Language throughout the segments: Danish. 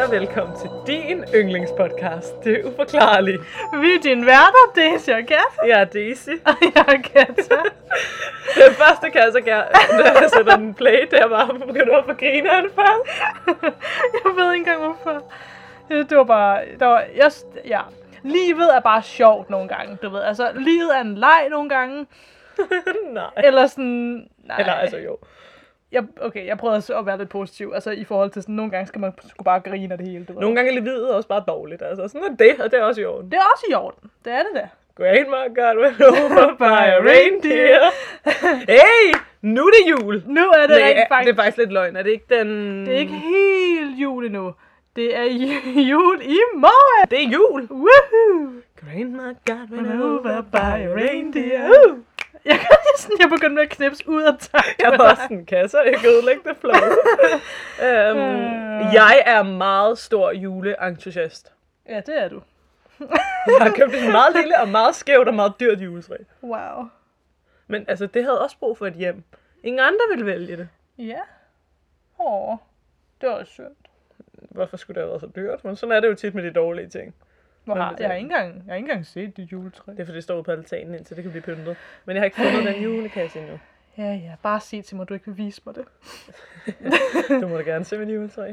og velkommen til din yndlingspodcast. Det er uforklarligt. Vi er dine værter, Daisy og Kat. Jeg er Daisy. Og jeg er Katja. Den første kasse, da jeg sætter den play, der var begyndt op at grine af det før. Jeg ved ikke engang hvorfor. Det var bare... Livet er bare sjovt nogle gange, du ved. Altså, livet er en leg nogle gange. Nej. Eller sådan... Nej. Eller altså jo. Jeg prøvede at være lidt positiv. Altså i forhold til sådan, nogle gange skal man sgu bare grine af det hele, du ved. Nogle gange er livet også bare dårligt, altså. Sådan er det, og det er også i orden. Det er også i orden. Det er det da. Grandma got went over by a reindeer. Hey! Nu er det jul! Nu er det rent faktisk... Det er faktisk lidt løgn. Er det ikke den... Det er ikke helt jul endnu. Det er jul i morgen! Det er jul! Woohoo! Grandma got went over by a reindeer. Jeg begyndte med at knipse ud af takt. Jeg var sådan, kasser, jeg kan ødelægge det flow. Jeg er meget stor juleentusiast. Ja, det er du. Jeg har købt et meget lille og meget skævt og meget dyrt juletræ. Wow. Men altså, det havde også brug for et hjem. Ingen andre ville vælge det. Ja. Det var også synd. Hvorfor skulle det have været så dyrt? Men sådan er det jo tit med de dårlige ting. Jeg har ikke engang set det juletræ. Det er fordi, det står ude på altanen, indtil det kan blive pyntet. Men jeg har ikke fundet den julekasse endnu. Ja, bare sig til mig, du ikke vil vise mig det. Du må da gerne se mit juletræ.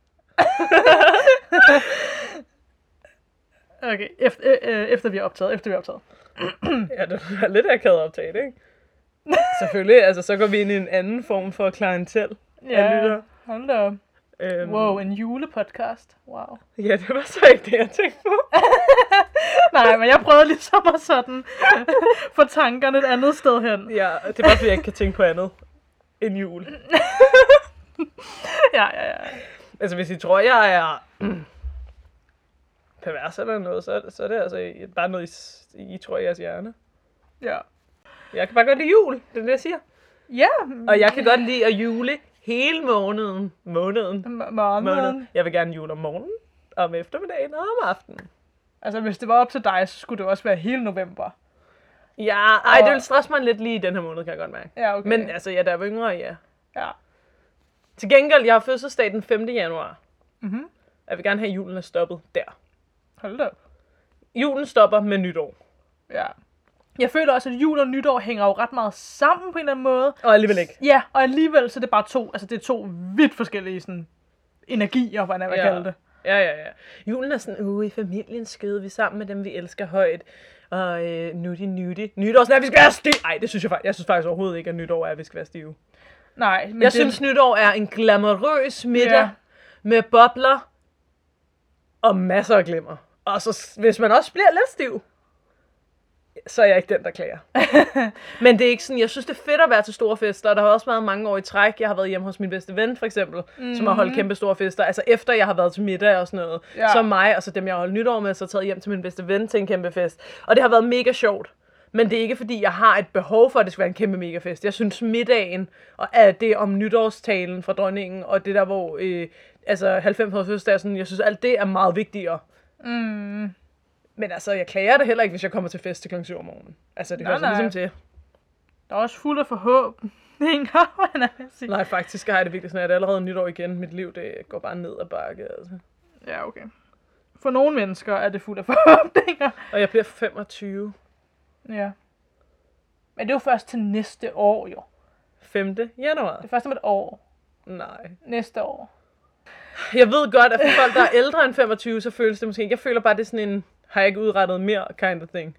Okay, efter vi er optaget. Ja, det er lidt akavet optaget, ikke? Selvfølgelig, altså så går vi ind i en anden form for klientel. Ja, hold da op. Wow, en julepodcast. Wow. Ja, det var så ikke det, jeg tænkte på. Nej, men jeg prøvede ligesom at sådan få tankerne et andet sted hen. Ja, det er bare fordi, jeg ikke kan tænke på andet end jul. Ja. Altså, hvis I tror, jeg er pervers eller noget, så er det altså bare noget, I tror i jeres hjerne. Ja. Jeg kan bare godt lide jul, det er det, jeg siger. Ja. Og jeg kan godt lide at jule hele måneden. Jeg vil gerne jule om morgenen, om eftermiddagen og om aftenen. Altså, hvis det var op til dig, så skulle det også være hele november. Ja, det vil stresse mig lidt lige i den her måned, kan jeg godt mærke. Ja, okay. Men altså, da jeg var yngre, ja. Ja. Til gengæld, jeg har fødselsdag den 5. januar. Mhm. Jeg vil gerne have, at julen er stoppet der. Hold da op. Julen stopper med nytår. Ja. Jeg føler også, at jul og nytår hænger jo ret meget sammen på en eller anden måde. Og alligevel ikke. Ja, og alligevel så er det bare to vidt forskellige sådan, energier, hvad jeg vil kalde det. Ja. Julen er sådan, i familiens skød, vi er sammen med dem, vi elsker højt. Og nutti. Nytår sådan, at vi skal være stive. Ej, det synes jeg faktisk overhovedet ikke, at nytår er, at vi skal være stive. Nej, men jeg synes, nytår er en glamourøs middag med bobler og masser af glimmer. Og så, hvis man også bliver lidt stiv, så er jeg ikke den, der klager. Men det er ikke sådan, jeg synes, det er fedt at være til store fester, og der har også været mange år i træk. Jeg har været hjemme hos min bedste ven, for eksempel, som har holdt kæmpe store fester. Altså efter jeg har været til middag og sådan noget. Ja. Så mig, og så dem, jeg har holdt nytår med, så taget hjem til min bedste ven til en kæmpe fest. Og det har været mega sjovt. Men det er ikke, fordi jeg har et behov for, at det skal være en kæmpe mega fest. Jeg synes middagen, og det om nytårstalen fra dronningen, og det der, hvor 90-års fødselsdag, sådan, jeg synes, alt det er meget vigtigere. Mm. Men altså, jeg klager det heller ikke, hvis jeg kommer til fest til kl. 7 om morgenen. Altså, det hører så ligesom til. Der er også fuld af forhåbninger, hvad jeg sige. Nej, faktisk har jeg det virkelig sådan, at allerede nytår igen. Mit liv, det går bare ned ad bakke, altså. Ja, okay. For nogle mennesker er det fuld af forhåbninger. Og jeg bliver 25. Ja. Men det er jo først til næste år, jo. 5. januar. Det er først om et år. Nej. Næste år. Jeg ved godt, at for folk, der er ældre end 25, så føles det måske ikke. Jeg føler bare, det er sådan en, har jeg ikke udrettet mere kind of thing.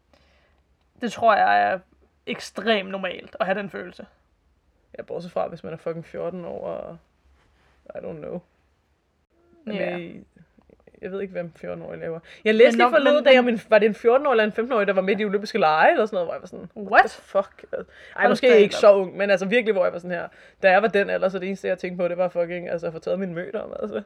Det tror jeg er ekstremt normalt at have den følelse. Ja, bortset fra, hvis man er fucking 14 år og I don't know. Yeah. Jeg ved ikke, hvem 14-årige laver. Jeg læste lige forleden dag, var det en 14-årig eller en 15-årig, der var midt i olympiske lege eller sådan noget, hvor jeg var sådan, what the fuck? Ej, måske ikke så ung, men altså virkelig, hvor jeg var sådan her. Da jeg var den alder, så det eneste, jeg tænkte på, det var fucking, altså at få taget min møder om, altså.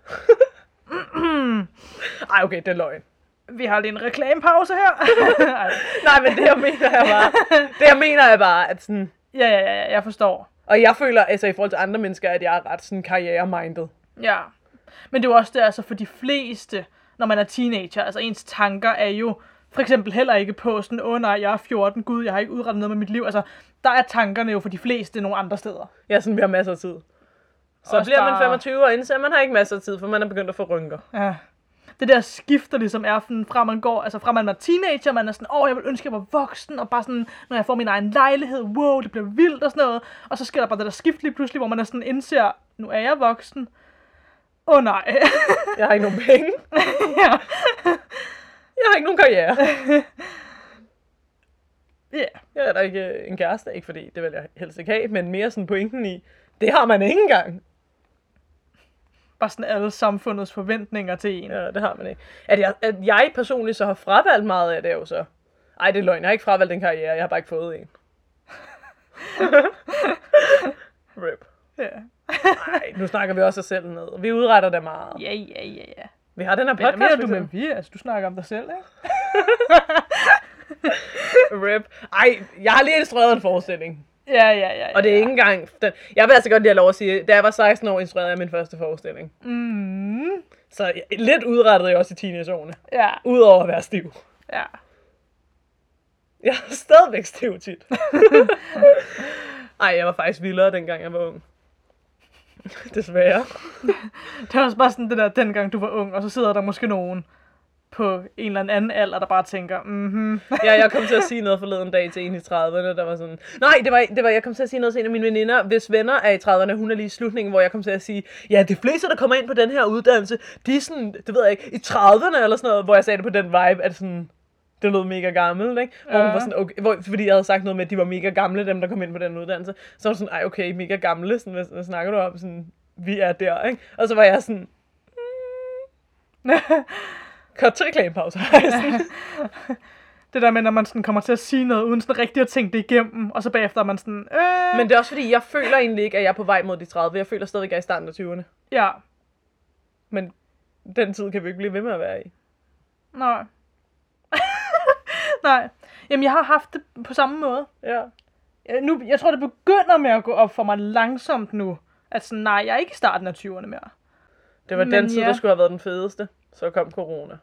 Ej, okay, det er løgn. Vi har lige en reklamepause her. Nej, men det jeg mener er bare, at sådan... Ja, jeg forstår. Og jeg føler, altså i forhold til andre mennesker, at jeg er ret sådan karriere-minded. Ja, men det er jo også det, altså for de fleste, når man er teenager, altså ens tanker er jo for eksempel heller ikke på sådan, nej, jeg er 14, gud, jeg har ikke udrettet noget med mit liv. Altså, der er tankerne jo for de fleste nogle andre steder. Ja, sådan, vi har masser af tid. Så også bliver man bare... 25 og indser, at man har ikke masser af tid, for man er begyndt at få rynker. Ja. Det der skift, der ligesom er fra man går, altså fra man er teenager, man er sådan, jeg vil ønske, at jeg var voksen, og bare sådan, når jeg får min egen lejlighed, wow, det bliver vildt og sådan noget. Og så sker der bare det der skift lige pludselig, hvor man er sådan indser, nu er jeg voksen. Nej. Jeg har ikke nogen penge. Ja. Jeg har ikke nogen karriere. Ja. Jeg er da ikke en kæreste, ikke fordi det vil jeg helst ikke have, men mere sådan pointen i, det har man ikke engang. Bare sådan alle samfundets forventninger til en. Ja, det har man ikke. At jeg personligt så har fravalgt meget af det jo så. Ej, det er løgn. Jeg har ikke fravalgt en karriere. Jeg har bare ikke fået en. Rip. Ja. Nej, nu snakker vi også os selv ned. Vi udretter det meget. Ja. Vi har den her podcast. Hvad mener du med vi? Altså, du snakker om dig selv, ikke? Rip. Ej, jeg har lige instrueret en forestilling. Ja. Og det er ikke engang... Jeg vil altså godt lige have lov at sige, da jeg var 16 år, instruerede jeg min første forestilling. Mm. Så lidt udrettede jeg også i teenageårene. Ja. Udover at være stiv. Ja. Jeg er stadigvæk stiv tit. Ej, jeg var faktisk vildere, dengang jeg var ung. Desværre. Det er også bare sådan det der, dengang du var ung, og så sidder der måske nogen på en eller anden alder, der bare tænker, Ja, jeg kom til at sige noget forleden dag til en i 30'erne, der var sådan... Nej, det var jeg kom til at sige noget til en af mine veninder, hvis venner er i 30'erne, hun er lige i slutningen, hvor jeg kom til at sige, ja, de fleste, der kommer ind på den her uddannelse, de er sådan, det ved jeg ikke, i 30'erne eller sådan noget, hvor jeg sagde det på den vibe, at sådan... Det lød mega gammelt, ikke? Hvor hun var sådan, okay, fordi jeg havde sagt noget med, at de var mega gamle, dem der kom ind på den uddannelse. Så var hun sådan, ej okay, mega gamle, sådan, hvad snakker du om? Sådan, vi er der, ikke? Og så var jeg sådan, cut til reklamepause. Det der med, når man sådan kommer til at sige noget, uden sådan rigtig at tænke det igennem, og så bagefter er man sådan, Men det er også fordi, jeg føler egentlig ikke, at jeg er på vej mod de 30. Jeg føler stadig, at jeg er i starten af 20'erne. Ja. Men den tid kan vi ikke blive ved med at være i. Nej. Nej. Jamen, jeg har haft det på samme måde. Ja. Jeg tror, det begynder med at gå op for mig langsomt nu. At sådan, nej, jeg er ikke i starten af 20'erne mere. Det var den tid, der skulle have været den fedeste. Så kom corona.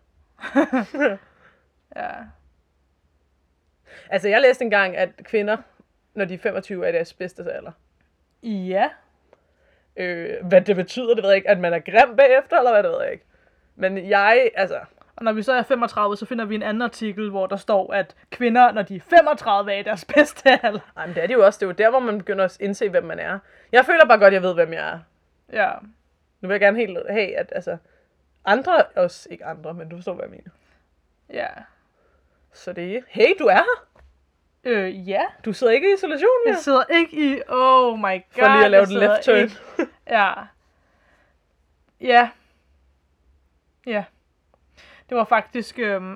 Ja. Altså, jeg læste engang, at kvinder, når de er 25, er deres bedste alder. Ja. Hvad det betyder, det ved jeg ikke. At man er grim bagefter, eller hvad, det ved jeg ikke. Men Og når vi så er 35, så finder vi en anden artikel, hvor der står, at kvinder, når de er 35, er i deres bedste alder. Ej, men det er det jo også. Det er jo der, hvor man begynder at indse, hvem man er. Jeg føler bare godt, jeg ved, hvem jeg er. Ja. Nu vil jeg gerne helt have, at andre, også ikke andre, men du forstår, hvad jeg mener. Ja. Så det er, hey, du er her. Ja. Du sidder ikke i isolationen, Jeg sidder ikke i, oh my god. For lige at lave den left turn. Ja. Ja. Ja. Det var faktisk,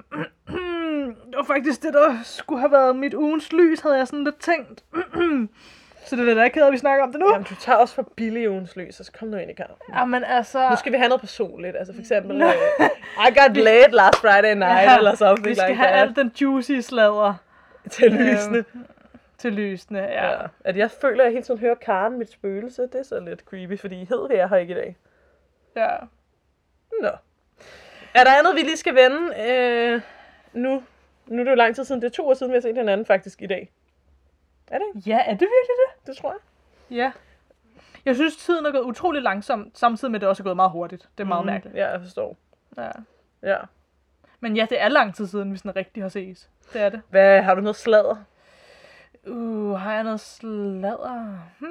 det, der skulle have været mit ugens lys, havde jeg sådan lidt tænkt. Så det er lidt akavet, at vi snakker om det nu. Jamen, du tager også for billig ugens lys, så kom nu ind i kampen. Jamen altså... Nu skal vi have noget personligt, altså for eksempel, I got laid last Friday night, eller something like that. Vi skal have alt den juicy sladder. Til lysene. Til lysene, ja. At jeg føler, at jeg hele tiden hører Karen, mit spøgelse, det er så lidt creepy, fordi Hedvig er her ikke i dag. Ja. Nå. Er der andet, vi lige skal vende? Nu er det jo lang tid siden. Det er 2 år siden, vi har set hinanden faktisk i dag. Er det ikke? Ja, er det virkelig det? Det tror jeg. Ja. Jeg synes, tiden er gået utrolig langsomt, samtidig med, at det også er gået meget hurtigt. Det er meget mærkeligt. Ja, jeg forstår. Ja. Men ja, det er lang tid siden, vi sådan rigtig har ses. Det er det. Hvad, har du noget sladder? Har jeg noget sladder?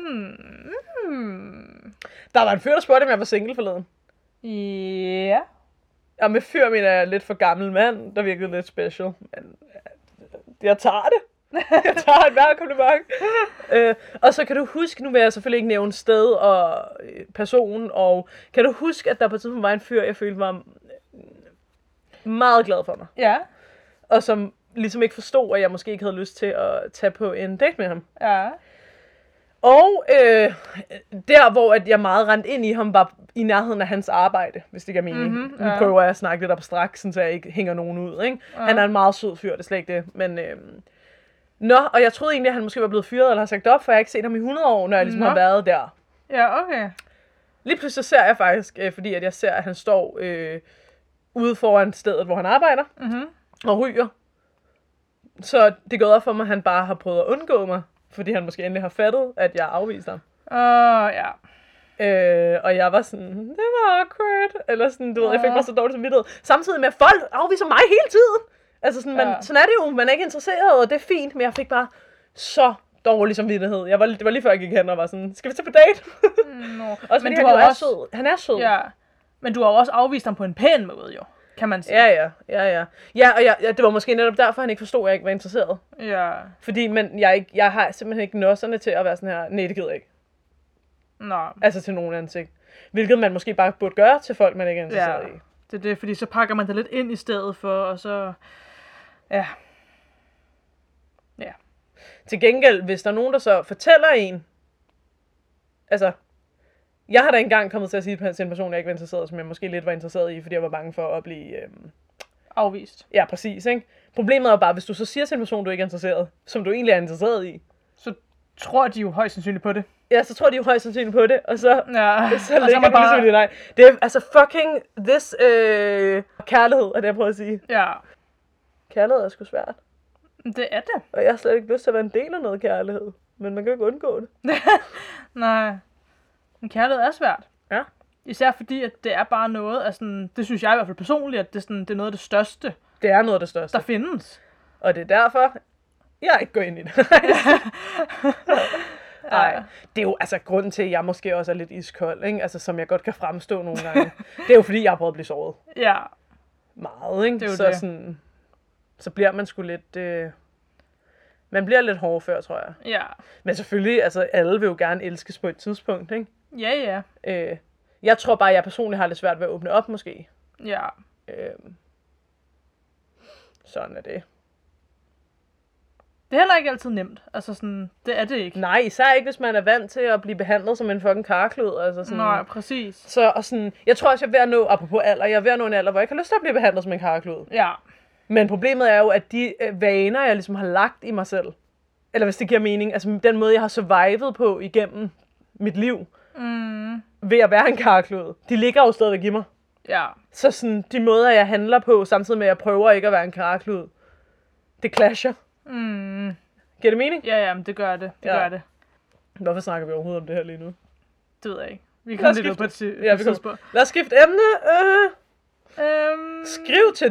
Der var en fyr, der spurgte, om jeg var single forleden. Ja. Og med fyr, mener jeg lidt for gammel mand, der virkede lidt special. Men jeg tager det. Jeg tager et hver kompliment. Og så kan du huske, nu vil jeg selvfølgelig ikke nævne sted og person, og kan du huske, at der på et tidspunkt var en fyr, jeg følte var meget glad for mig. Ja. Og som ligesom ikke forstod, at jeg måske ikke havde lyst til at tage på en date med ham. Ja. Og der, hvor at jeg meget rendte ind i ham, var i nærheden af hans arbejde, hvis det giver mening. Nu prøver jeg at snakke lidt abstrakt, så jeg ikke hænger nogen ud. Ikke? Han er en meget sød fyr, det er slet ikke det. Men, og jeg troede egentlig, at han måske var blevet fyret eller har sagt op, for jeg har ikke set ham i 100 år, når jeg ligesom har været der. Ja, okay. Lige pludselig ser jeg faktisk, fordi at jeg ser, at han står ude foran stedet, hvor han arbejder, og ryger. Så det går op for mig, at han bare har prøvet at undgå mig, fordi han måske endelig har fattet, at jeg afviste ham. Ja. Og jeg var sådan, det var awkward. Eller sådan, du ved, jeg fik bare så dårligt samvittighed. Samtidig med, at folk afviser mig hele tiden. Altså sådan, sådan er det jo, man er ikke interesseret, og det er fint. Men jeg fik bare så dårlig samvittighed. Det var lige før jeg gik hen og var sådan, skal vi tage på date? Også Men fordi du han er sød. Han er sød. Ja, men du har jo også afvist ham på en pæn måde, jo. Kan man sige. Ja. Ja, og det var måske netop derfor, han ikke forstod, at jeg ikke var interesseret. Ja. Fordi jeg har simpelthen ikke nosserne til at være sådan her, nej, det gider jeg ikke. Nå. Altså til nogen ansigt. Hvilket man måske bare burde gøre til folk, man ikke er interesseret i. Det er det, fordi så pakker man det lidt ind i stedet for, og så... Ja. Til gengæld, hvis der er nogen, der så fortæller en... Altså, jeg har da engang kommet til at sige til en person, jeg ikke var interesseret, som jeg måske lidt var interesseret i, fordi jeg var bange for at blive... Afvist. Ja, præcis, ikke? Problemet er jo bare, hvis du så siger til en person, du ikke er interesseret, som du egentlig er interesseret i, Så tror de jo højst sandsynligt på det. ja, så tror de jo højst sandsynligt på det, og så, så og ligger man du ligesom i det nej. Det er altså fucking this kærlighed, er det jeg prøver at sige. Ja, Kærlighed er sgu svært, det er det. og jeg har slet ikke lyst til at være en del af noget kærlighed, men man kan jo ikke undgå det. Nej. Men kærlighed er svært. Ja. Især fordi, at det er bare noget af sådan, det synes jeg i hvert fald personligt, at det er noget af det største, Det er noget af det største, der findes. og det er derfor, jeg ikke går ind i det. Nej, det er jo altså grunden til, at jeg måske også er lidt iskold, ikke? Altså, som jeg godt kan fremstå nogle gange. Det er jo fordi, jeg har prøvet at blive såret Ja. meget, ikke? Det er jo så det. sådan, så bliver man sgu lidt, man bliver lidt hård før, tror jeg. Ja. Men selvfølgelig, altså alle vil jo gerne elskes på et tidspunkt, ikke? Ja. Jeg tror bare, at jeg personligt har lidt svært ved at åbne op, måske. Ja. Sådan er det. Det er heller ikke altid nemt. Altså sådan, det er det ikke. Nej, især ikke, hvis man er vant til at blive behandlet som en fucking karklud. Altså sådan. Nej, præcis. Så og sådan, jeg tror også, jeg er ved at nå, apropos alder, jeg er ved at nå en alder, hvor jeg ikke har lyst til at blive behandlet som en karklud. Ja. Men problemet er jo, at de vaner, jeg ligesom har lagt i mig selv, eller hvis det giver mening, altså den måde, jeg har survivet på igennem mit liv, ved at være en karklud, de ligger jo stadigvæk i mig. Ja. Så sådan, de måder, jeg handler på, samtidig med, at jeg prøver ikke at være en karklud, det clasher. Giver det mening? Ja, men det gør det. Det gør det. Hvorfor snakker vi overhovedet om det her lige nu? Det ved jeg ikke. Vi kan lidt ud på et tidspunkt. Lad os skifte emne. Skriv til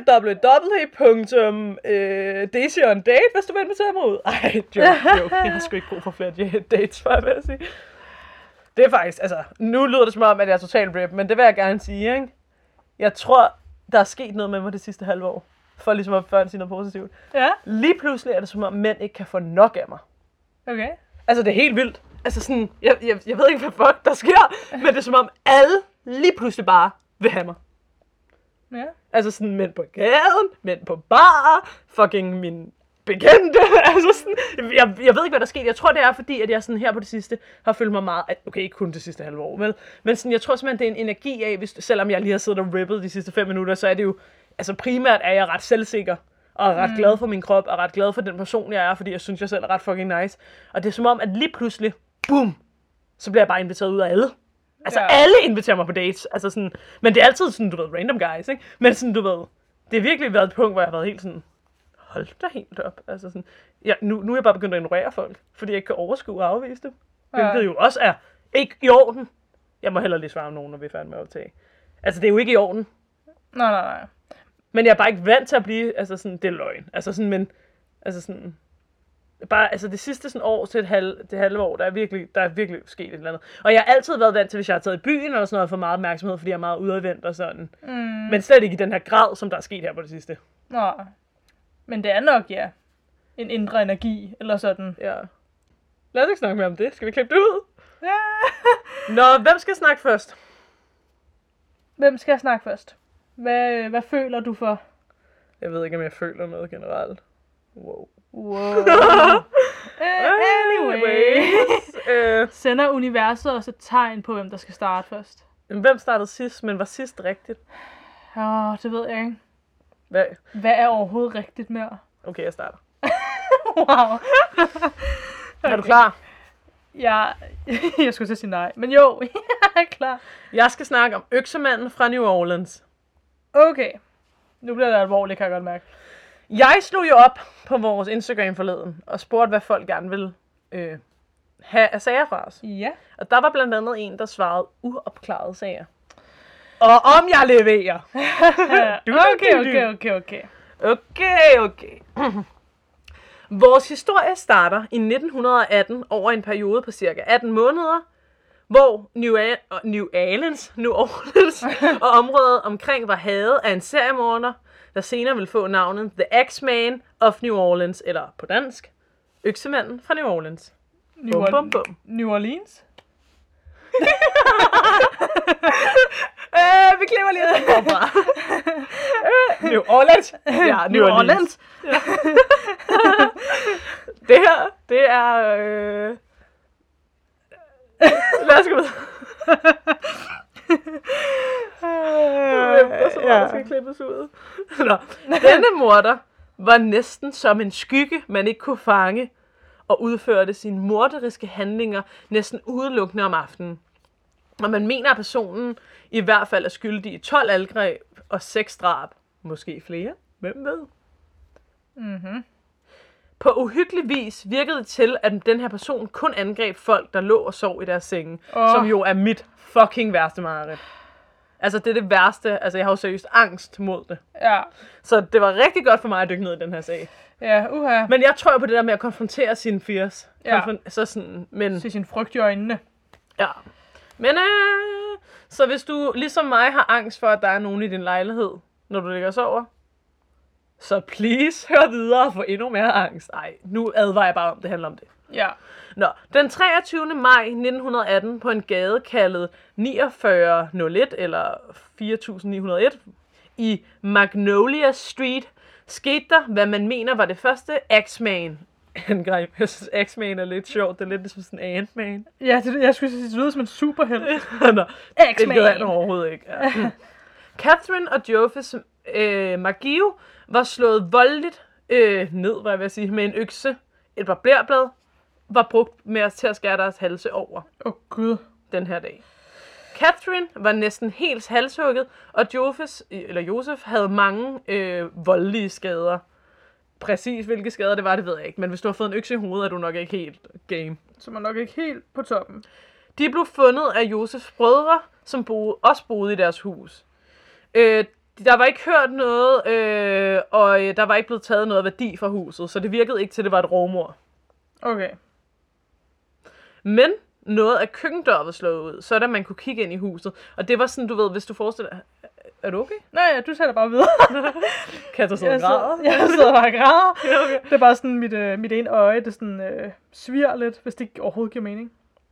www.daisyoondate, hvis du vil invitere mig ud. Ej, joke. Jeg har sgu ikke brug for flere dates, for jeg vil sige. Det er faktisk, altså, nu lyder det som om, at jeg er total rip, men det vil jeg gerne sige, ikke? Jeg tror, der er sket noget med mig det sidste halve år, for ligesom at føre sige noget positivt. Ja. Lige pludselig er det som om, mænd ikke kan få nok af mig. Okay. Altså, det er helt vildt. Altså sådan, jeg ved ikke, hvad fuck der sker, men det er som om, alle lige pludselig bare vil have mig. Ja. Altså sådan mænd på gaden, mænd på bar, fucking min bekendte. Altså sådan, jeg ved ikke, hvad der skete. Jeg tror, det er fordi, at jeg sådan her på det sidste har følt mig meget... Okay, ikke kun det sidste halve år, vel? Men sådan, jeg tror simpelthen, det er en energi af, selvom jeg lige har siddet og rippet de sidste 5 minutter, så er det jo... Altså primært er jeg ret selvsikker, og er ret glad for min krop, og ret glad for den person, jeg er, fordi jeg synes, jeg selv er ret fucking nice. Og det er som om, at lige pludselig, boom, så bliver jeg bare inviteret ud af alle. Altså, alle inviterer mig på dates. Altså sådan, men det er altid sådan, du ved, random guys, ikke? Men sådan, du ved, det har virkelig været et punkt, hvor jeg har været helt sådan, hold da helt op. Altså sådan, nu er jeg bare begyndt at ignorere folk, fordi jeg ikke kan overskue og afvise det. Hvilket jo også er ikke i orden. Jeg må heller lige svare om nogen, når vi er færdige med at optage. Altså, det er jo ikke i orden. Nej. Men jeg er bare ikke vant til at blive, altså sådan, det er løgn. Altså sådan, men, altså sådan, bare, altså det sidste sådan år til det halve år, der er virkelig sket et eller andet. Og jeg har altid været vant til, hvis jeg har taget i byen eller sådan noget, for meget opmærksomhed, fordi jeg er meget udadvendt og sådan. Men slet ikke i den her grad, som der er sket her på det sidste. Nå. Men det er nok, en indre energi, eller sådan. Ja. Lad os ikke snakke mere om det. Skal vi klippe det ud? Ja. Nå, hvem skal snakke først? Hvem skal jeg snakke først? Hvad føler du for? Jeg ved ikke, om jeg føler noget generelt. Wow. Anyway. Sender universet også et tegn på, hvem der skal starte først? Hvem startede sidst, men var sidst rigtigt? Det ved jeg ikke. Hvad er overhovedet rigtigt mere? Okay, jeg starter. Wow. Okay. Er du klar? Ja, jeg skulle til at sige nej. Men jo, jeg er klar. Jeg skal snakke om øksemanden fra New Orleans. Okay. Nu bliver det alvorligt, kan jeg godt mærke. Jeg slog jo op på vores Instagram forleden og spurgte, hvad folk gerne ville have sager fra os. Ja. Og der var blandt andet en, der svarede uopklarede sager. Og om jeg leverer. Okay. Vores historie starter i 1918 over en periode på cirka 18 måneder, hvor New Orleans og området omkring var hærget af en seriemorder, der senere vil få navnet The Axeman of New Orleans, eller på dansk, Øksemanden fra New Orleans. New Orleans? Vi klipper lige den forfra. New Orleans. Ja, New Orleans. Ja. Det her, det er... Lad os gå ud. Der skal klippes ud. Nå. Denne morder var næsten som en skygge, man ikke kunne fange, og udførte sine morderiske handlinger næsten udelukkende om aftenen. Og man mener, at personen i hvert fald er skyldig i 12 angreb og 6 drab. Måske flere. Hvem ved? Mhm. På uhyggelig vis virkede det til, at den her person kun angreb folk, der lå og sov i deres senge. Som jo er mit fucking værste mareridt. Altså, det er det værste. Altså, jeg har jo seriøst angst mod det. Ja. Så det var rigtig godt for mig at dykke ned i den her sag. Ja, Men jeg tror på det der med at konfrontere sine fears. Ja. Så sådan, men... Se sin frygt i øjnene. Ja. Men så hvis du ligesom mig har angst for, at der er nogen i din lejlighed, når du ligger og sover, så please hør videre og få endnu mere angst. Ej, nu advarer jeg bare om, det handler om det. Ja. Nå, den 23. maj 1918 på en gade kaldet 4901 eller 4901 i Magnolia Street skete der, hvad man mener var det første Axeman-angreb. Jeg synes, Axeman er lidt sjovt. Det er lidt ligesom sådan en Ant-Man. Ja, jeg skulle sige, det lyder som en superhelt. Nå, Axeman. Det er overhovedet ikke. Ja. Catherine og Joseph Maggio var slået voldeligt ned, hvad jeg vil sige, med en økse. Et barberblad var brugt til at skære deres halse over. Gud. Den her dag. Catherine var næsten helt halshugget, og Joseph havde mange voldelige skader. Præcis hvilke skader det var, det ved jeg ikke. Men hvis du har fået en økse i hovedet, er du nok ikke helt game. Så man nok ikke helt på toppen. De blev fundet af Josefs brødre, som også boede i deres hus. Der var ikke hørt noget, og der var ikke blevet taget noget værdi fra huset, så det virkede ikke til, det var et rovmord. Okay. Men noget af køkkendøren var slået ud, så da man kunne kigge ind i huset. Og det var sådan, du ved, hvis du forestiller dig... Er du okay? Nej, du tager bare videre. Kan du sidde og græde? Jeg sidder bare og græder. Ja, okay. Det er bare sådan, mit ene øje, det sådan sviger lidt, hvis det overhovedet giver mening.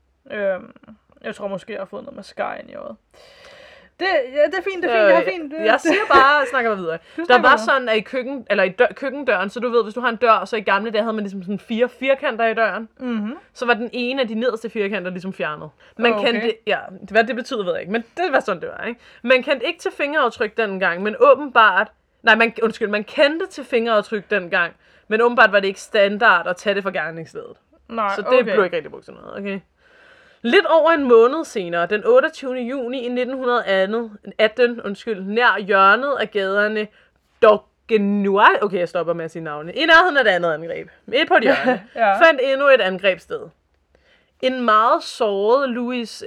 Jeg tror måske, jeg har fået noget mascara ind i øjet. Det er fint, jeg har fint. Jeg siger bare, snakker videre. Der var sådan, at i køkkendøren, så du ved, hvis du har en dør, så i gamle dage havde man ligesom sådan 4 firkanter i døren. Mm-hmm. Så var den ene af de nederste firkanter ligesom fjernet. Man kendte, hvad det betyder, ved jeg ikke, men det var sådan, det var, ikke? Man kendte ikke til fingeraftryk dengang, men åbenbart, man kendte til fingeraftryk dengang, men åbenbart var det ikke standard at tage det fra gerningsstedet. Nej, så det blev ikke rigtig brugt til noget, okay? Lidt over en måned senere, den 28. juni i 1918, nær hjørnet af gaderne Dogenua, okay, jeg stopper med at sige navne, i nærheden af det andet angreb, midt på et hjørne, fandt endnu et angreb sted. En meget såret Louis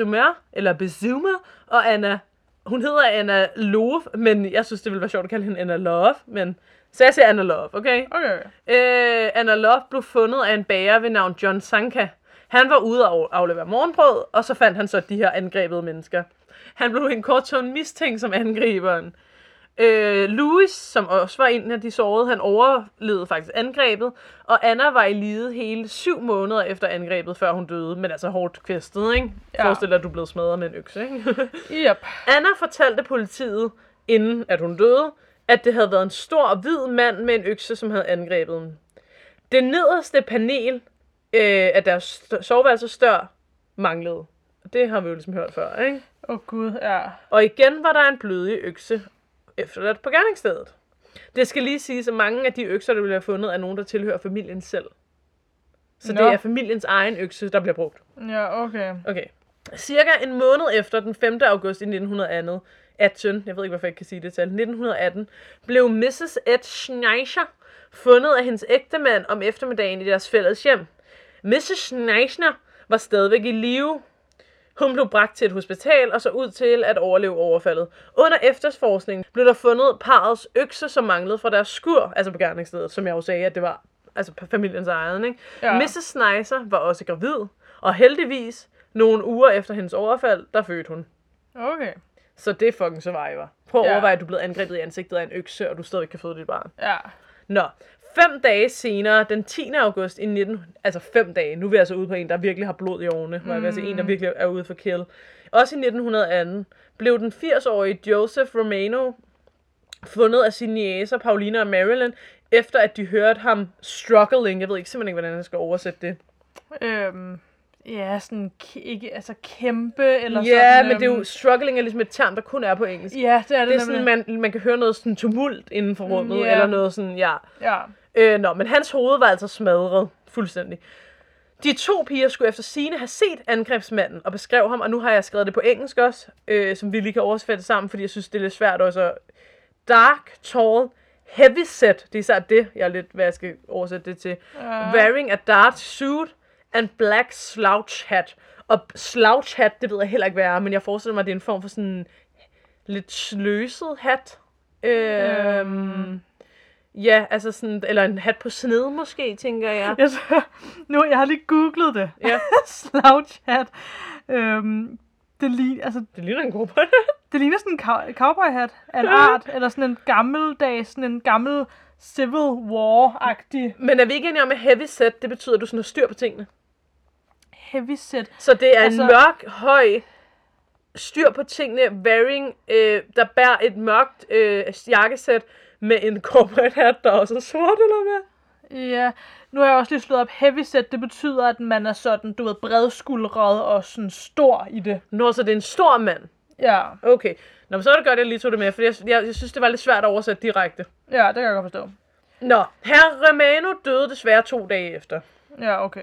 Bezumer og Anna, hun hedder Anna Love, men jeg synes, det ville være sjovt at kalde hende Anna Love, men så jeg siger Anna Love, okay? Okay. Anna Love blev fundet af en bager ved navn John Sanka. Han var ude at aflevere morgenbrød, og så fandt han så de her angrebede mennesker. Han blev en kort stund mistænkt som angriberen. Louis, som også var en af de sårede, han overlevede faktisk angrebet, og Anna var i live hele 7 måneder efter angrebet, før hun døde, men altså hårdt kvæstet, ikke? Ja. Forestil dig, at du blev smadret med en økse, ikke? Yep. Anna fortalte politiet, inden at hun døde, at det havde været en stor, hvid mand med en økse, som havde angrebet dem. Det nederste panel af deres soveværelsesdør manglede. Det har vi jo ligesom hørt før, ikke? Gud, ja. Og igen var der en blødig økse efterladt på gerningsstedet. Det skal lige siges, at mange af de økser, der bliver have fundet, er nogen, der tilhører familien selv. Så det er familiens egen økse, der bliver brugt. Ja, okay. Cirka en måned efter, den 5. august i 1918, jeg ved ikke, hvorfor jeg kan sige det til, 1918, blev Mrs. Ed Schneicher fundet af hendes ægtemand om eftermiddagen i deres fælles hjem. Mrs. Schneisner var stadigvæk i live. Hun blev bragt til et hospital og så ud til at overleve overfaldet. Under efterforskningen blev der fundet parrets økse, som manglede fra deres skur, altså på gerningsstedet, som jeg jo sagde, at det var altså familiens egen, ikke? Ja. Mrs. Schneisner var også gravid, og heldigvis, nogle uger efter hendes overfald, der fødte hun. Okay. Så det er fucking survivor. Prøv at overveje, at du er blevet angrebet i ansigtet af en økse, og du stadig kan føde dit barn. Ja. Nå, 5 dage senere, den 10. august i 5 dage, nu er vi altså ude på en, der virkelig har blod i årene, hvor jeg vil sige en, der virkelig er ude for kill. Også i 1918 blev den 80-årige Joseph Romano fundet af sine niæcer, Paulina og Marilyn, efter at de hørte ham struggling. Jeg ved ikke simpelthen ikke, hvordan jeg skal oversætte det. Ja, sådan ikke, altså kæmpe, eller sådan... Ja, men det er jo, struggling er ligesom et term, der kun er på engelsk. Ja, det er det. Det er sådan, man kan høre noget sådan tumult inden for rummet, eller noget sådan, ja. Men hans hoved var altså smadret fuldstændig. De 2 piger skulle efter sigende have set angrebsmanden og beskrev ham, og nu har jeg skrevet det på engelsk også, som vi lige kan oversætte sammen, fordi jeg synes, det er lidt svært også. Dark, tall, heavy set, det er især det, jeg er lidt, hvad jeg skal oversætte det til. Wearing a dark suit and black slouch hat. Og slouch hat, det ved jeg heller ikke, hvad er, men jeg forestiller mig, at det er en form for sådan lidt sløset hat. Ja, altså sådan, eller en hat på sned måske, tænker jeg. Jeg har lige googlet det. Ja. Slouch hat. Det ligner en god det ligner sådan en cowboy hat af en art, eller sådan en gammeldags, sådan en gammel Civil War-agtig. Men er vi ikke enige om, at heavy set, det betyder, at du sådan har styr på tingene? Heavy set. Så det er en mørk, høj, styr på tingene, wearing, der bærer et mørkt jakkesæt med en corporate hat, der også er sort, eller hvad? Ja, nu har jeg også lige slået op. Heavy set, det betyder, at man er sådan, du ved, bredskuldret og sådan stor i det. Nå, så det er en stor mand? Ja. Okay. Nå, men så er det godt, at jeg lige tog det med, for jeg synes, det var lidt svært at oversætte direkte. Ja, det kan jeg godt forstå. Nå, herr Romano døde desværre 2 dage efter. Ja, okay.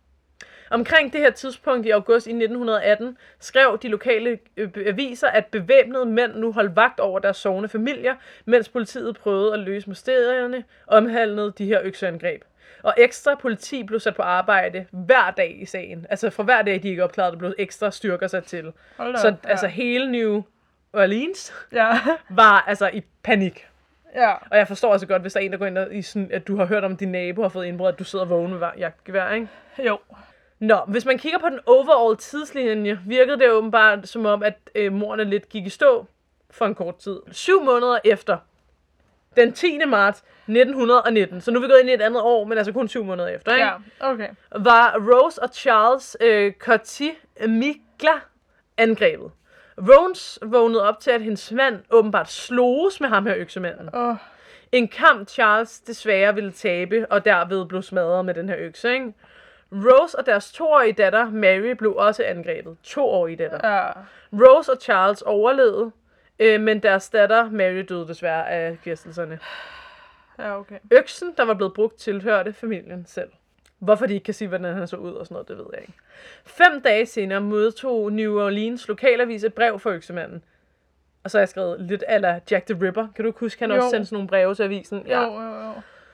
Omkring det her tidspunkt i august i 1918 skrev de lokale aviser, at bevæbnede mænd nu holdt vagt over deres sovende familier, mens politiet prøvede at løse mysterierne omhandlede de her økseangreb. Og ekstra politi blev sat på arbejde hver dag i sagen. Altså for hver dag, de ikke opklarede, der blev ekstra styrker sat til. Så altså hele New Orleans var altså i panik. Ja. Og jeg forstår altså godt, hvis der er en, der går ind og i sådan, at du har hørt om din nabo har fået indbrud, at du sidder vågen med jagtgevær, ikke? Jo. Nå, hvis man kigger på den overall tidslinje, virkede det åbenbart som om, at mordene lidt gik i stå for en kort tid. 7 måneder efter, den 10. marts 1919, så nu er vi gået ind i et andet år, men altså kun 7 måneder efter, ikke? Ja, okay. Var Rose og Charles Corti-Migla angrebet. Rose vågnede op til, at hendes mand åbenbart sloges med ham her øksemanden. En kamp Charles desværre ville tabe, og derved blev smadret med den her økse, ikke? Rose og deres 2-årige datter, Mary, blev også angrebet. 2-årige datter. Ja. Rose og Charles overlevede, men deres datter, Mary, døde desværre af kvæstelserne. Ja, okay. Øksen, der var blevet brugt, tilhørte familien selv. Hvorfor de ikke kan sige, hvordan han så ud og sådan noget, det ved jeg ikke. 5 dage senere modtog New Orleans lokalavis et brev fra øksemanden. Og så har jeg skrevet lidt ala Jack the Ripper. Kan du huske, han også sendte sådan nogle breve til avisen? Ja. Jo.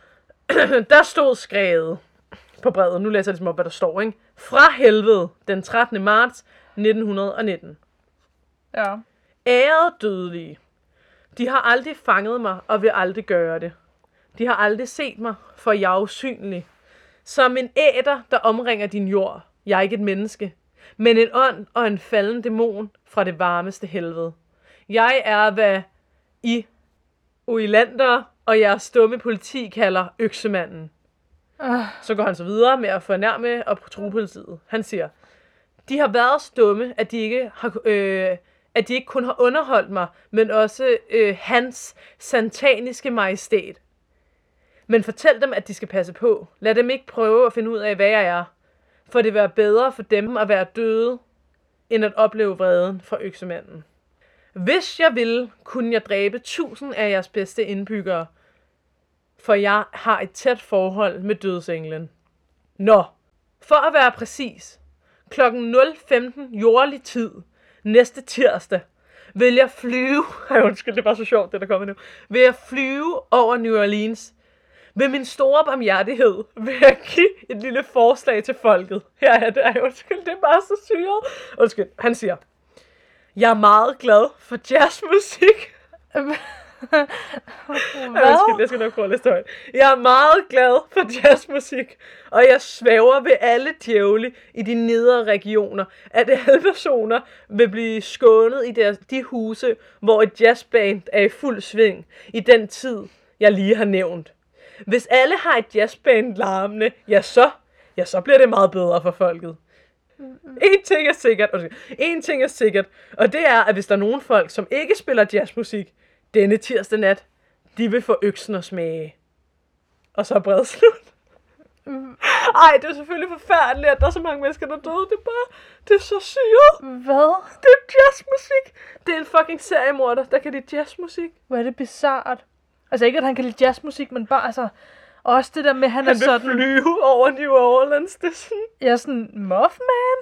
Der stod skrevet på brevet, nu læser jeg ligesom op, hvad der står, ikke? Fra helvede, den 13. marts 1919. Ja. Ærede dødelige. De har aldrig fanget mig, og vil aldrig gøre det. De har aldrig set mig, for jeg er usynlig. Som en æter, der omringer din jord. Jeg er ikke et menneske, men en ånd og en falden dæmon fra det varmeste helvede. Jeg er, hvad I Oilander og jeres dumme politi kalder øksemanden. Så går han så videre med at fornærme og true politiet. Han siger, de har været så dumme, at de ikke kun har underholdt mig, men også hans sataniske majestæt. Men fortæl dem, at de skal passe på. Lad dem ikke prøve at finde ud af, hvad jeg er. For det vil være bedre for dem at være døde, end at opleve vreden fra øksemanden. Hvis jeg ville, kunne jeg dræbe 1000 af jeres bedste indbyggere, for jeg har et tæt forhold med dødsenglen. Nå, for at være præcis, klokken 0:15 jordlig tid, næste tirsdag, vil jeg flyve, undskyld, det er bare så sjovt, det der kommer nu, vil jeg flyve over New Orleans Ved min store barmhjertighed vil jeg give et lille forslag til folket. Her er det. Ej, undskyld, det er bare så syret. Undskyld, han siger. Jeg er meget glad for jazzmusik. Undskyld, jeg skal nok prøve at læse højt. Jeg er meget glad for jazzmusik, og jeg svæver ved alle djævle i de nedre regioner, at alle personer vil blive skånet i de huse, hvor et jazzband er i fuld sving i den tid, jeg lige har nævnt. Hvis alle har et jazzband larmende, ja så bliver det meget bedre for folket. En ting er sikkert, og det er, at hvis der er nogen folk, som ikke spiller jazzmusik denne tirsdag nat, de vil få øksen at smage. Og så er brevet slut. Ej, det er selvfølgelig forfærdeligt, at der er så mange mennesker, der døde. Det er så syret. Hvad? Det er jazzmusik. Det er en fucking seriemorder, der kan lide jazzmusik. Hvor er det bizarrt. Altså ikke, at han kan lide jazzmusik, men bare altså... Også det der med, han er sådan... Han vil flyve over New Orleans, det er sådan... Jeg er sådan, Mothman?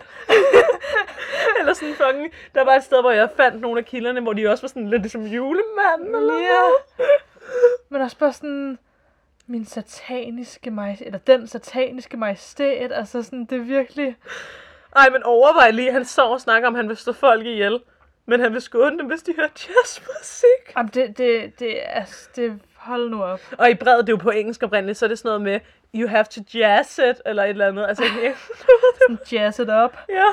Eller sådan fucking... Der var et sted, hvor jeg fandt nogle af kilderne, hvor de også var sådan lidt ligesom julemanden, eller ja. Men også bare sådan... Min sataniske majestæt, eller den sataniske majestæt, altså sådan, det er virkelig... Ej, men overvej lige, han står og snakker om, han vil slå folk ihjel. Men han vil skåne dem, hvis de hører jazzmusik. Jamen, det hold nu op. Og i brevet, det er jo på engelsk oprindeligt, så er det sådan noget med, you have to jazz it, eller et eller andet. Altså, sådan jazz it up. Ja.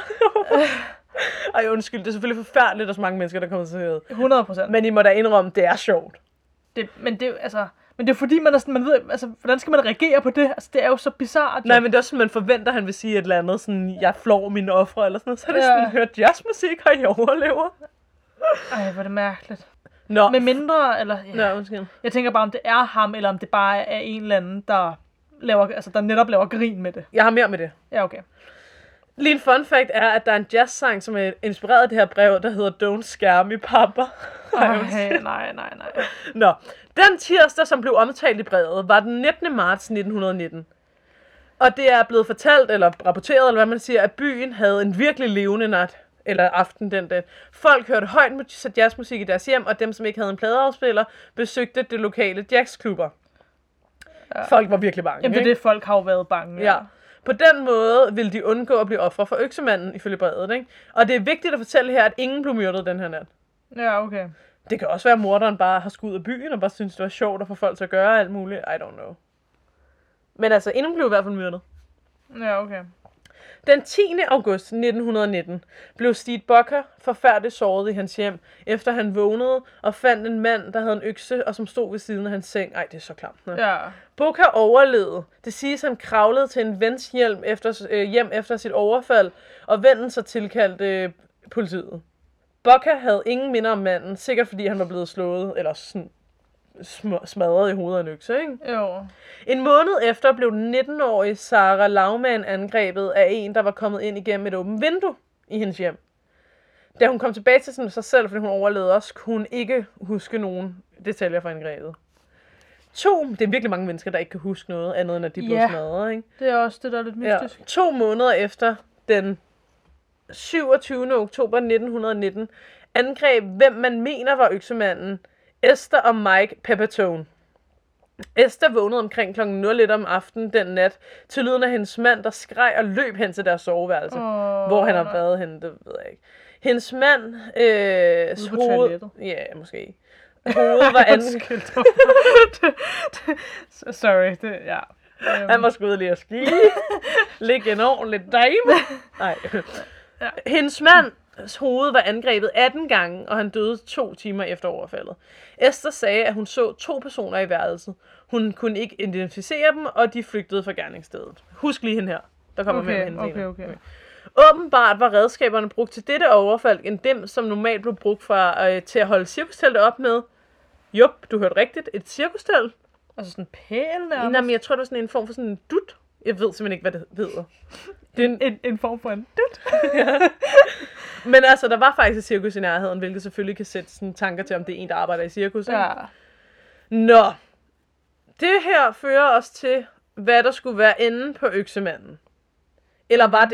Ej, undskyld, det er selvfølgelig forfærdeligt, at der er så mange mennesker, der kommer til at 100%. Men I må da indrømme, det er sjovt. Men det er fordi, man ved, altså, hvordan skal man reagere på det? Altså, det er jo så bizarrt. Nej, men det er også, man forventer, at han vil sige et eller andet, sådan, jeg flår mine ofre, eller sådan noget. Så er det sådan, hørt jazzmusik, og jeg overlever. Ej, hvor er det mærkeligt. Nå. Med mindre, eller... Ja, undskyld. Jeg tænker bare, om det er ham, eller om det bare er en eller anden, der netop laver grin med det. Jeg har mere med det. Ja, okay. Lige en fun fact er, at der er en jazzsang, som er inspireret af det her brev, der hedder Don't Scare Me, Papa. Nej. Nå, den tirsdag, som blev omtalt i brevet, var den 19. marts 1919. Og det er blevet fortalt, eller rapporteret, eller hvad man siger, at byen havde en virkelig levende nat, eller aften den dag. Folk hørte højt jazzmusik i deres hjem, og dem, som ikke havde en pladeafspiller, besøgte det lokale jazzklubber. Ja. Folk var virkelig bange. Jamen, det er det, folk har jo været bange. Ja. På den måde ville de undgå at blive ofre for øksemanden, ifølge brevet, ikke? Og det er vigtigt at fortælle her, at ingen blev myrdet den her nat. Ja, okay. Det kan også være, at morderen bare har skudt af byen, og bare synes, det var sjovt at få folk til at gøre alt muligt. I don't know. Men altså, ingen blev i hvert fald myrdet. Ja, okay. Den 10. august 1919 blev Steve Booker forfærdeligt såret i hans hjem, efter han vågnede og fandt en mand, der havde en økse, og som stod ved siden af hans seng. Ej, det er så klamt. Ja. Booker overlevede. Det siges, han kravlede til en vens hjem efter sit overfald, og vennen så tilkaldte politiet. Booker havde ingen minder om manden, sikkert fordi han var blevet slået, eller sådan smadret i hovedet af en økse, ikke? Jo. En måned efter blev den 19-årige Sarah Laumann angrebet af en, der var kommet ind igennem et åbent vindue i hendes hjem. Da hun kom tilbage til sig selv, fordi hun overlevede også, kunne hun ikke huske nogen detaljer fra angrebet. Det er virkelig mange mennesker, der ikke kan huske noget andet, end at de blev smadret, ikke? Det er også det, der er lidt mystisk. Ja. 2 måneder efter den 27. oktober 1919 angreb, hvem man mener var øksemanden, Esther og Mike Pepitone. Esther vågnede omkring kl. 01 om aftenen den nat, til lyden af hendes mand, der skreg og løb hen til deres soveværelse. Hvor han har været henne, det ved jeg ikke. Hendes mand, hoved... Ja, måske. Hovedet var Sorry, ja. Han var sgu ud lige at ski. Ligge en ordentlig dame. Nej. Ja. Hendes mands hoved var angrebet 18 gange, og han døde 2 timer efter overfaldet. Esther sagde, at hun så 2 personer i værelset. Hun kunne ikke identificere dem, og de flygtede fra gerningsstedet. Husk lige hende her. Der kommer med hende. Okay. Åbenbart var redskaberne brugt til dette overfald end dem, som normalt blev brugt til at holde cirkusteltet op med. Jup, du hørte rigtigt. Et cirkustelt. Altså sådan en pæl nærmest? Jamen, jeg tror, det var sådan en form for sådan en dut. Jeg ved simpelthen ikke, hvad det hedder. Det er en form for en dut? Ja. Men altså, der var faktisk et cirkus i nærheden, hvilket selvfølgelig kan sætte sådan tanker til, om det er en, der arbejder i cirkus. Ja. Nå. Det her fører os til, hvad der skulle være enden på øksemanden. Eller var det?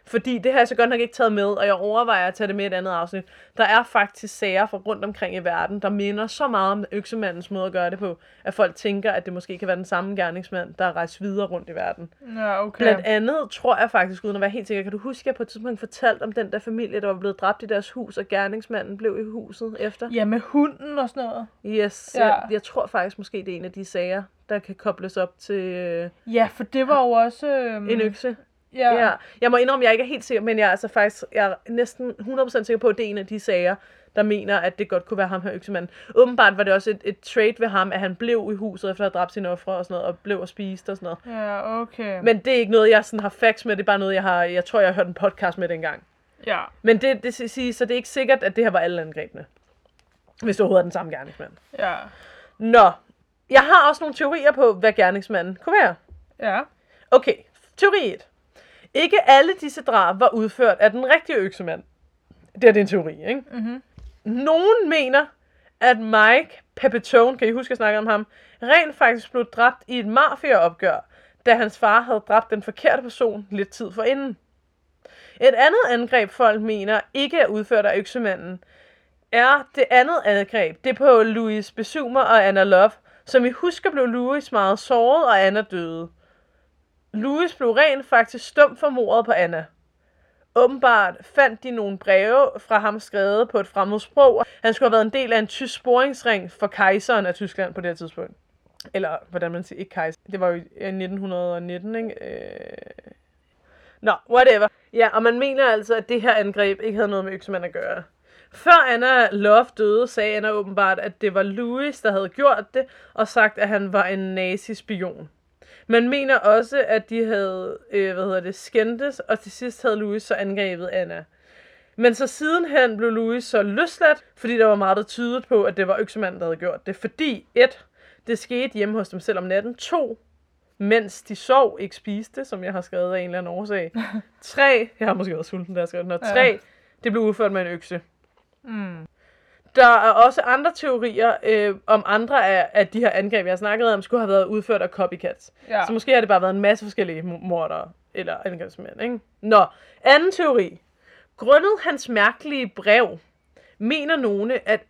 Fordi det har jeg så godt nok ikke taget med, og jeg overvejer at tage det med i et andet afsnit. Der er faktisk sager fra rundt omkring i verden, der minder så meget om øksemandens måde at gøre det på, at folk tænker, at det måske kan være den samme gerningsmand, der er rejst videre rundt i verden. Ja, okay. Blandt andet tror jeg faktisk, uden at være helt sikker, kan du huske, at jeg på et tidspunkt fortalte om den der familie, der var blevet dræbt i deres hus, og gerningsmanden blev i huset efter? Ja, med hunden og sådan noget. Yes, Ja. jeg tror faktisk måske, det er en af de sager, der kan kobles op til Ja, for det var jo også... en økse. Ja. Ja. Jeg må indrømme, jeg er ikke helt sikker, men jeg er næsten 100% sikker på, at det er en af de sager, der mener, at det godt kunne være ham her øksemanden. Åbenbart var det også et trait ved ham, at han blev i huset efter at have dræbt sine ofre og sådan noget, og blev og spist og sådan noget. Ja, okay. Men det er ikke noget, jeg sådan har facts med, det er bare noget, jeg tror, jeg har hørt en podcast med dengang. Ja. Men det siger, så det er ikke sikkert, at det her var alle angrebene. Hvis du overhovedet er den samme gerningsmand. Ja. Nå, jeg har også nogle teorier på, hvad gerningsmanden kunne være. Ja. Okay, teori 1. Ikke alle disse drab var udført af den rigtige øksemand. Det er en teori, ikke? Mhm. Nogen mener, at Mike Pepitone, kan I huske at snakke om ham, rent faktisk blev dræbt i et mafia-opgør, da hans far havde dræbt den forkerte person lidt tid forinden. Et andet angreb, folk mener ikke er udført af øksemanden, er det andet angreb. Det er på Louis Besumer og Anna Love. Som I husker, blev Louis meget såret, og Anna døde. Louis blev rent faktisk stumt for mordet på Anna. Åbenbart fandt de nogle breve fra ham skrevet på et fremmedsprog. Han skulle have været en del af en tysk sporingsring for kejseren af Tyskland på det her tidspunkt. Eller, hvordan man siger, ikke kejser. Det var jo i 1919, ikke? Nå, whatever. Ja, og man mener altså, at det her angreb ikke havde noget med øksemanden at gøre. Før Anna Love døde, sagde Anna åbenbart, at det var Louis, der havde gjort det, og sagt, at han var en nazi-spion. Man mener også, at de havde, skændtes, og til sidst havde Louis så angrebet Anna. Men så sidenhen blev Louis så løsladt, fordi der var meget, der tydede på, at det var øksemanden, der havde gjort det. Fordi 1. Det skete hjemme hos dem selv om natten. 2. Mens de sov, ikke spiste, som jeg har skrevet af en eller anden årsag. 3. Jeg har måske været sulten, da jeg skrev den. 3. Det blev udført med en økse. Mm. Der er også andre teorier om andre af de her angreb, jeg har snakket om, skulle have været udført af copycats. Ja. Så måske har det bare været en masse forskellige mordere eller angrebsmænd, ikke? Nå, anden teori. Grundet hans mærkelige brev, mener nogle at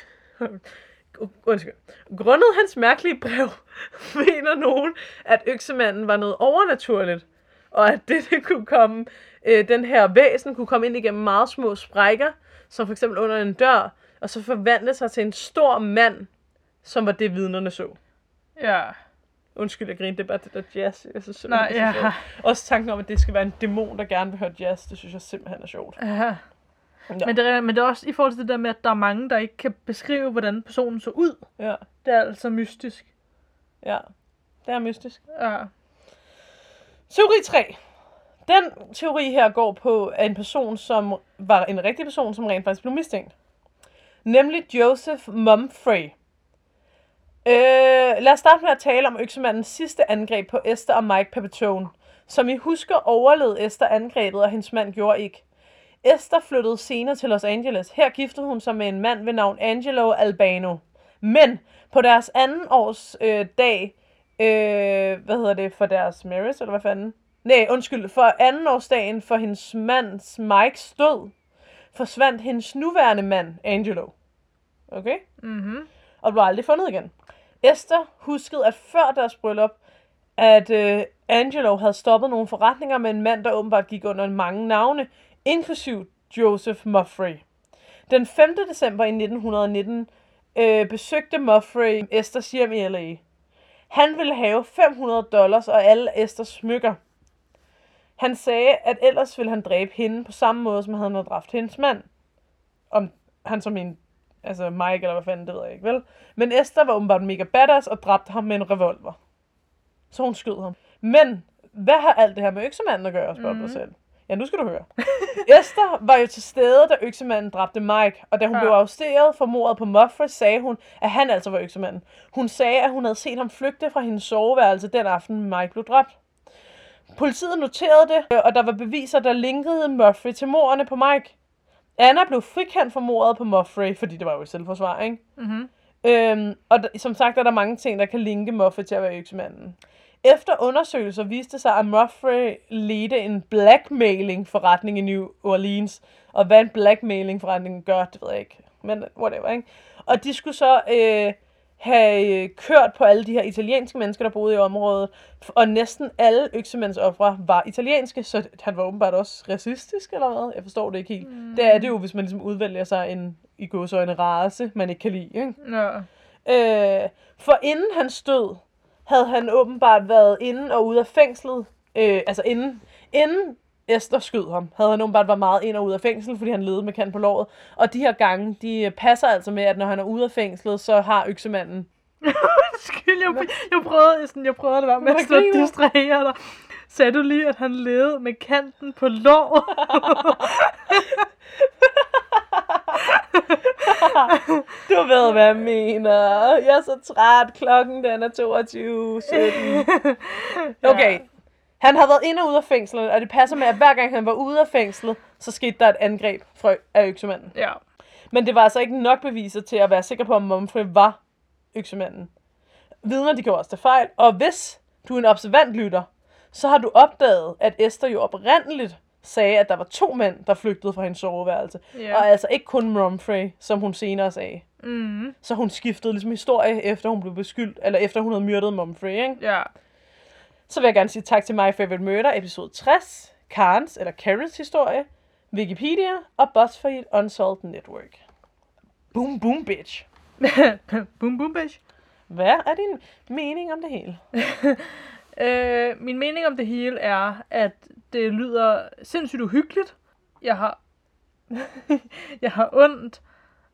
Grundet hans mærkelige brev, mener nogen, at øksemanden var noget overnaturligt, og at det kunne komme, den her væsen kunne komme ind igennem meget små sprækker, som for eksempel under en dør, og så forvandle sig til en stor mand, som var det, vidnerne så. Ja. Undskyld, jeg griner, det er bare det der jazz. Jeg synes, Nej, ja. Også tanken om, at det skal være en dæmon, der gerne vil høre jazz, det synes jeg simpelthen er sjovt. Ja. Ja. Men det er også i forhold til det der med, at der er mange, der ikke kan beskrive, hvordan personen så ud. Ja, Det er altså mystisk. ja. Det er mystisk. Ja. Teori 3. Den teori her går på en person, som var en rigtig person, som rent faktisk blev mistænkt. Nemlig Joseph Mumfrey. Lad os starte med at tale om øksemandens sidste angreb på Esther og Mike Pepitone. Som I husker, overlevede Esther angrebet, og hendes mand gjorde ikke. Esther flyttede senere til Los Angeles. Her giftede hun sig med en mand ved navn Angelo Albano. Men på deres anden års dag, for deres marriage, eller hvad fanden? Nej, undskyld, for anden årsdagen for hendes mands Mikes død, forsvandt hendes nuværende mand, Angelo. Okay? Mhm. Og blev aldrig fundet igen. Esther huskede, at før deres bryllup, at Angelo havde stoppet nogle forretninger med en mand, der åbenbart gik under mange navne, inklusiv Joseph Mumfrey. Den 5. december i 1919 besøgte Mumfrey Esthers hjem i LA. Han ville have $500 og alle Esthers smykker. Han sagde, at ellers ville han dræbe hende på samme måde, som han havde dræbt hendes mand. Om han som en, altså Mike eller hvad fanden, det ved jeg ikke, vel? Men Esther var åbenbart mega badass og dræbte ham med en revolver. Så hun skød ham. Men hvad har alt det her med øksemanden at gøre, spørger dig selv? Ja, nu skal du høre. Esther var jo til stede, da øksemanden dræbte Mike, og da hun blev arresteret for mordet på Mumfrey, sagde hun, at han altså var øksemanden. Hun sagde, at hun havde set ham flygte fra hendes soveværelse den aften, Mike blev dræbt. Politiet noterede det, og der var beviser, der linkede Mumfrey til morderne på Mike. Anna blev frikendt for mordet på Mumfrey, fordi det var jo et selvforsvar, ikke? Mhm. Og som sagt er der mange ting, der kan linke Mumfrey til at være øksemanden. Efter undersøgelser viste sig, at Murphy ledte en blackmailing-forretning i New Orleans. Og hvad en blackmailing-forretning gør, det ved jeg ikke. Men whatever, ikke? Og de skulle så have kørt på alle de her italienske mennesker, der boede i området. Og næsten alle øksemændsofre var italienske, så han var åbenbart også racistisk, eller hvad? Jeg forstår det ikke helt. Det er det jo, hvis man ligesom udvælger sig en i gåseøjne race, man ikke kan lide, ikke? Ja. For inden han stod, havde han åbenbart været inde og ude af fængslet. Altså inden Esther skød ham, havde han åbenbart været meget ind og ud af fængsel, fordi han levede med kant på låret. Og de her gange, de passer altså med, at når han er ude af fængslet, så har øksemanden... jeg prøvede at være med at distrahere dig. Sagde du lige, at han levede med kanten på låret? Du ved, hvad jeg mener. Jeg er så træt. Klokken den er 22:17. Okay. Han har været inde og ude af fængslet, og det passer med, at hver gang han var ude af fængslet, så skete der et angreb af øksemanden. Ja. Men det var altså ikke nok beviser til at være sikker på, om Mumfrey var øksemanden. Vidner, de kan også tage fejl. Og hvis du er en observant lytter, så har du opdaget, at Esther jo oprindeligt sagde, at der var 2 mænd, der flygtede fra hendes soveværelse. Yeah. Og altså ikke kun Mumfrey, som hun senere sagde. Mm. Så hun skiftede ligesom historie, efter hun blev beskyldt, eller efter hun havde myrdet Mumfrey, ikke? Ja. Yeah. Så vil jeg gerne sige tak til My Favorite Murder, episode 60, Karens historie, Wikipedia og BuzzFeed Unsolved Network. Boom, boom, bitch. Boom, boom, bitch. Hvad er din mening om det hele? Min mening om det hele er, at det lyder sindssygt uhyggeligt. Jeg har ondt.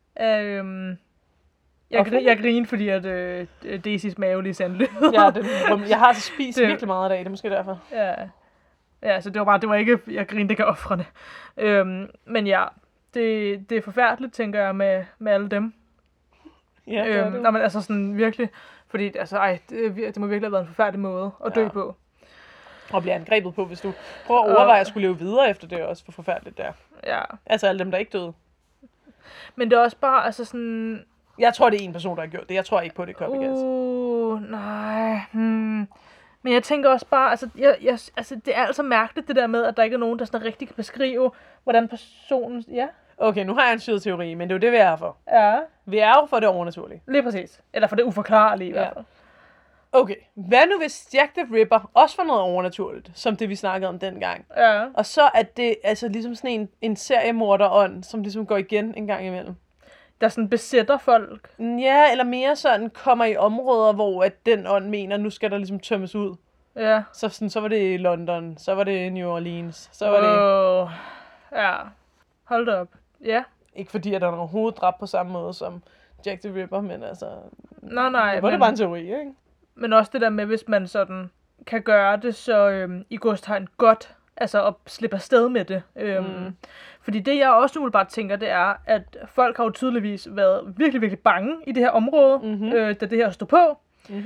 Jeg griner, fordi at Daisys mave lige sendte lyd. Ja, jeg har altså spist virkelig meget af dag, det er måske derfor. Ja, så det var ikke, jeg griner, det kan ofrene. Men ja, det er forfærdeligt, tænker jeg, med alle dem. Ja, det er det. Men altså sådan virkelig, fordi altså, det må virkelig have været en forfærdelig måde at dø på. Og blive angrebet på, hvis du prøver at overveje at skulle leve videre efter det, også for forfærdeligt der. Ja. Altså alle dem, der ikke døde. Men det er også bare, altså sådan... Jeg tror, det er en person, der har gjort det. Jeg tror ikke på, det er copycats. Nej. Men jeg tænker også bare, altså, altså, det er altså mærkeligt det der med, at der ikke er nogen, der sådan rigtig kan beskrive, hvordan personen... Ja. Okay, nu har jeg en syg teori, men det er jo det, vi er for. Ja. Vi er jo for det overnaturlige. Lige præcis. Eller for det uforklarlige i hvert fald. Okay, hvad nu hvis Jack the Ripper også var noget overnaturligt, som det vi snakkede om dengang? Ja. Og så er det altså ligesom sådan en seriemorderånd, som ligesom går igen en gang imellem. Der sådan besætter folk? Ja, eller mere sådan kommer i områder, hvor at den ånd mener, nu skal der ligesom tømmes ud. Ja. Så var det London, så var det New Orleans, så var det... Ja, hold da op. Ja. Ikke fordi, at der er overhovedet dræbt på samme måde som Jack the Ripper, men altså... Nej. Det var det bare en teori, ikke? Men også det der med, hvis man sådan kan gøre det, så i godstegn godt, altså at slippe afsted med det. Fordi det, jeg også umiddelbart tænker, det er, at folk har jo tydeligvis været virkelig, virkelig bange i det her område, da det her stod på.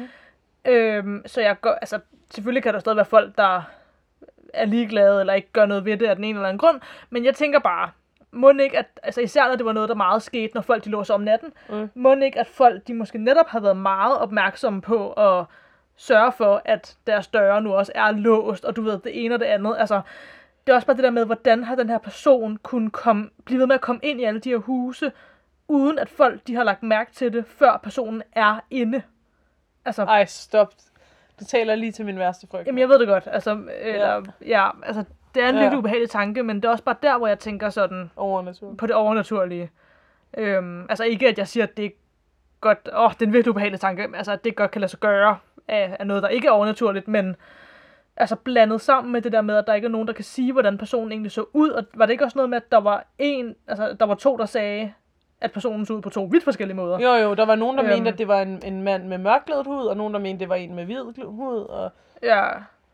Så jeg går, altså selvfølgelig kan der stadig være folk, der er ligeglade, eller ikke gør noget ved det af den ene eller anden grund, men jeg tænker bare, må ikke, at, altså især når det var noget, der meget skete, når folk de lå sig om natten, må ikke, at folk de måske netop har været meget opmærksomme på at sørge for, at deres døre nu også er låst, og du ved, det ene og det andet. Altså, det er også bare det der med, hvordan har den her person kunne blive ved med at komme ind i alle de her huse, uden at folk de har lagt mærke til det, før personen er inde. Altså, ej, stop. Du taler lige til min værste frygt. Jamen, jeg ved det godt. Altså, altså det er en lidt ubehagelig tanke, men det er også bare der, hvor jeg tænker sådan på det overnaturlige. Altså ikke, at jeg siger, at det er godt, det er en virkelig ubehagelig tanke, altså at det godt kan lade sig gøre af noget, der ikke er overnaturligt, men altså blandet sammen med det der med, at der ikke er nogen, der kan sige, hvordan personen egentlig så ud, og var det ikke også noget med, at der var 2, der sagde, at personen så ud på 2 vidt forskellige måder? Jo, der var nogen, der mente, at det var en mand med mørklædet hud, og nogen, der mente, det var en med hvid hud, og... Ja.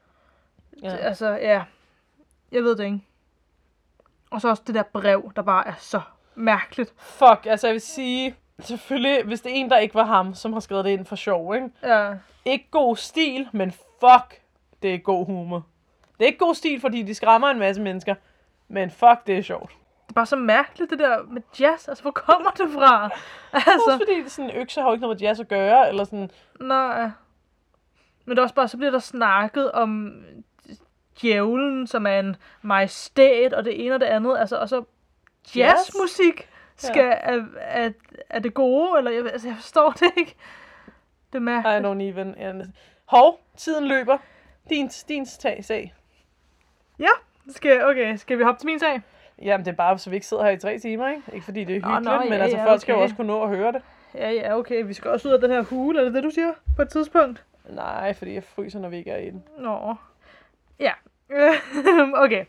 Altså, ja. Jeg ved det ikke. Og så også det der brev, der bare er så mærkeligt. Fuck, altså jeg vil sige, selvfølgelig, hvis det er en, der ikke var ham, som har skrevet det ind for sjov, ikke? Ja. Ikke god stil, men fuck, det er god humor. Det er ikke god stil, fordi de skræmmer en masse mennesker, men fuck, det er sjovt. Det er bare så mærkeligt, det der med jazz. Altså, hvor kommer det fra? Altså... Også fordi sådan, økser har jo ikke noget med jazz at gøre, eller sådan... Nej. Men der er også bare, så bliver der snakket om djævlen, som er en majestæt, og det ene og det andet. Altså, og så jazzmusik er det gode, eller jeg forstår det ikke. Det er mærkeligt. I don't even. Hov, tiden løber. Din sag. Ja, skal vi hoppe til min sag? Jamen, det er bare, så vi ikke sidder her i 3 timer, ikke? Ikke fordi det er hyggeligt, men altså, folk skal jo også kunne nå at høre det. Ja, okay. Vi skal også ud af den her hule, er det det, du siger, på et tidspunkt? Nej, fordi jeg fryser, når vi ikke er i den. Nå. Ja. Okay.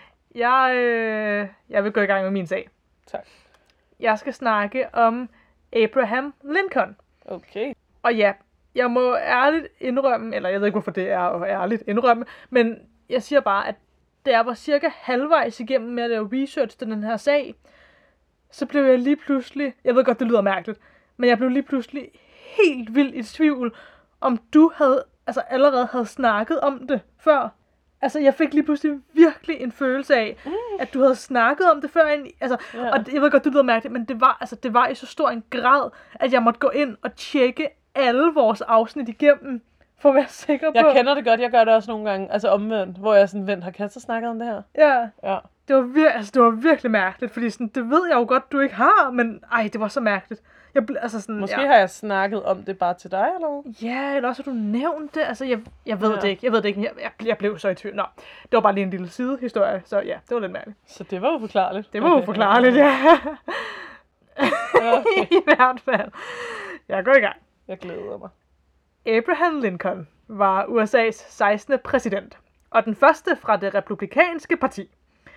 Jeg vil gå i gang med min sag. Tak. Jeg skal snakke om Abraham Lincoln. Okay. Og ja, jeg må ærligt indrømme, eller jeg ved ikke, hvorfor det er at ærligt indrømme, men jeg siger bare, at da jeg var cirka halvvejs igennem med at lave research til den her sag, så blev jeg lige pludselig, jeg ved godt, det lyder mærkeligt, men jeg blev lige pludselig helt vildt i tvivl, om du allerede havde snakket om det før. Altså, jeg fik lige pludselig virkelig en følelse af, at du havde snakket om det før. Og jeg ved godt, det lyder mærkeligt, men det var i så stor en grad, at jeg måtte gå ind og tjekke alle vores afsnit igennem, for at være sikker på. Jeg kender det godt, jeg gør det også nogle gange, altså omvendt, hvor jeg sådan, har Katja snakket om det her? Ja. Det var virkelig mærkeligt, fordi sådan, det ved jeg jo godt, du ikke har, men det var så mærkeligt. Måske har jeg snakket om det bare til dig, eller hvad? Ja, eller også har du nævnt det. Altså, jeg ved det ikke. Men jeg blev så i tvivl. Nå, det var bare lige en lille sidehistorie, så ja, det var lidt mærkeligt. Så det var uforklarligt. Det var uforklarligt, ja. Okay. I hvert fald. Jeg går i gang. Jeg glæder mig. Abraham Lincoln var USA's 16. præsident, og den første fra det republikanske parti.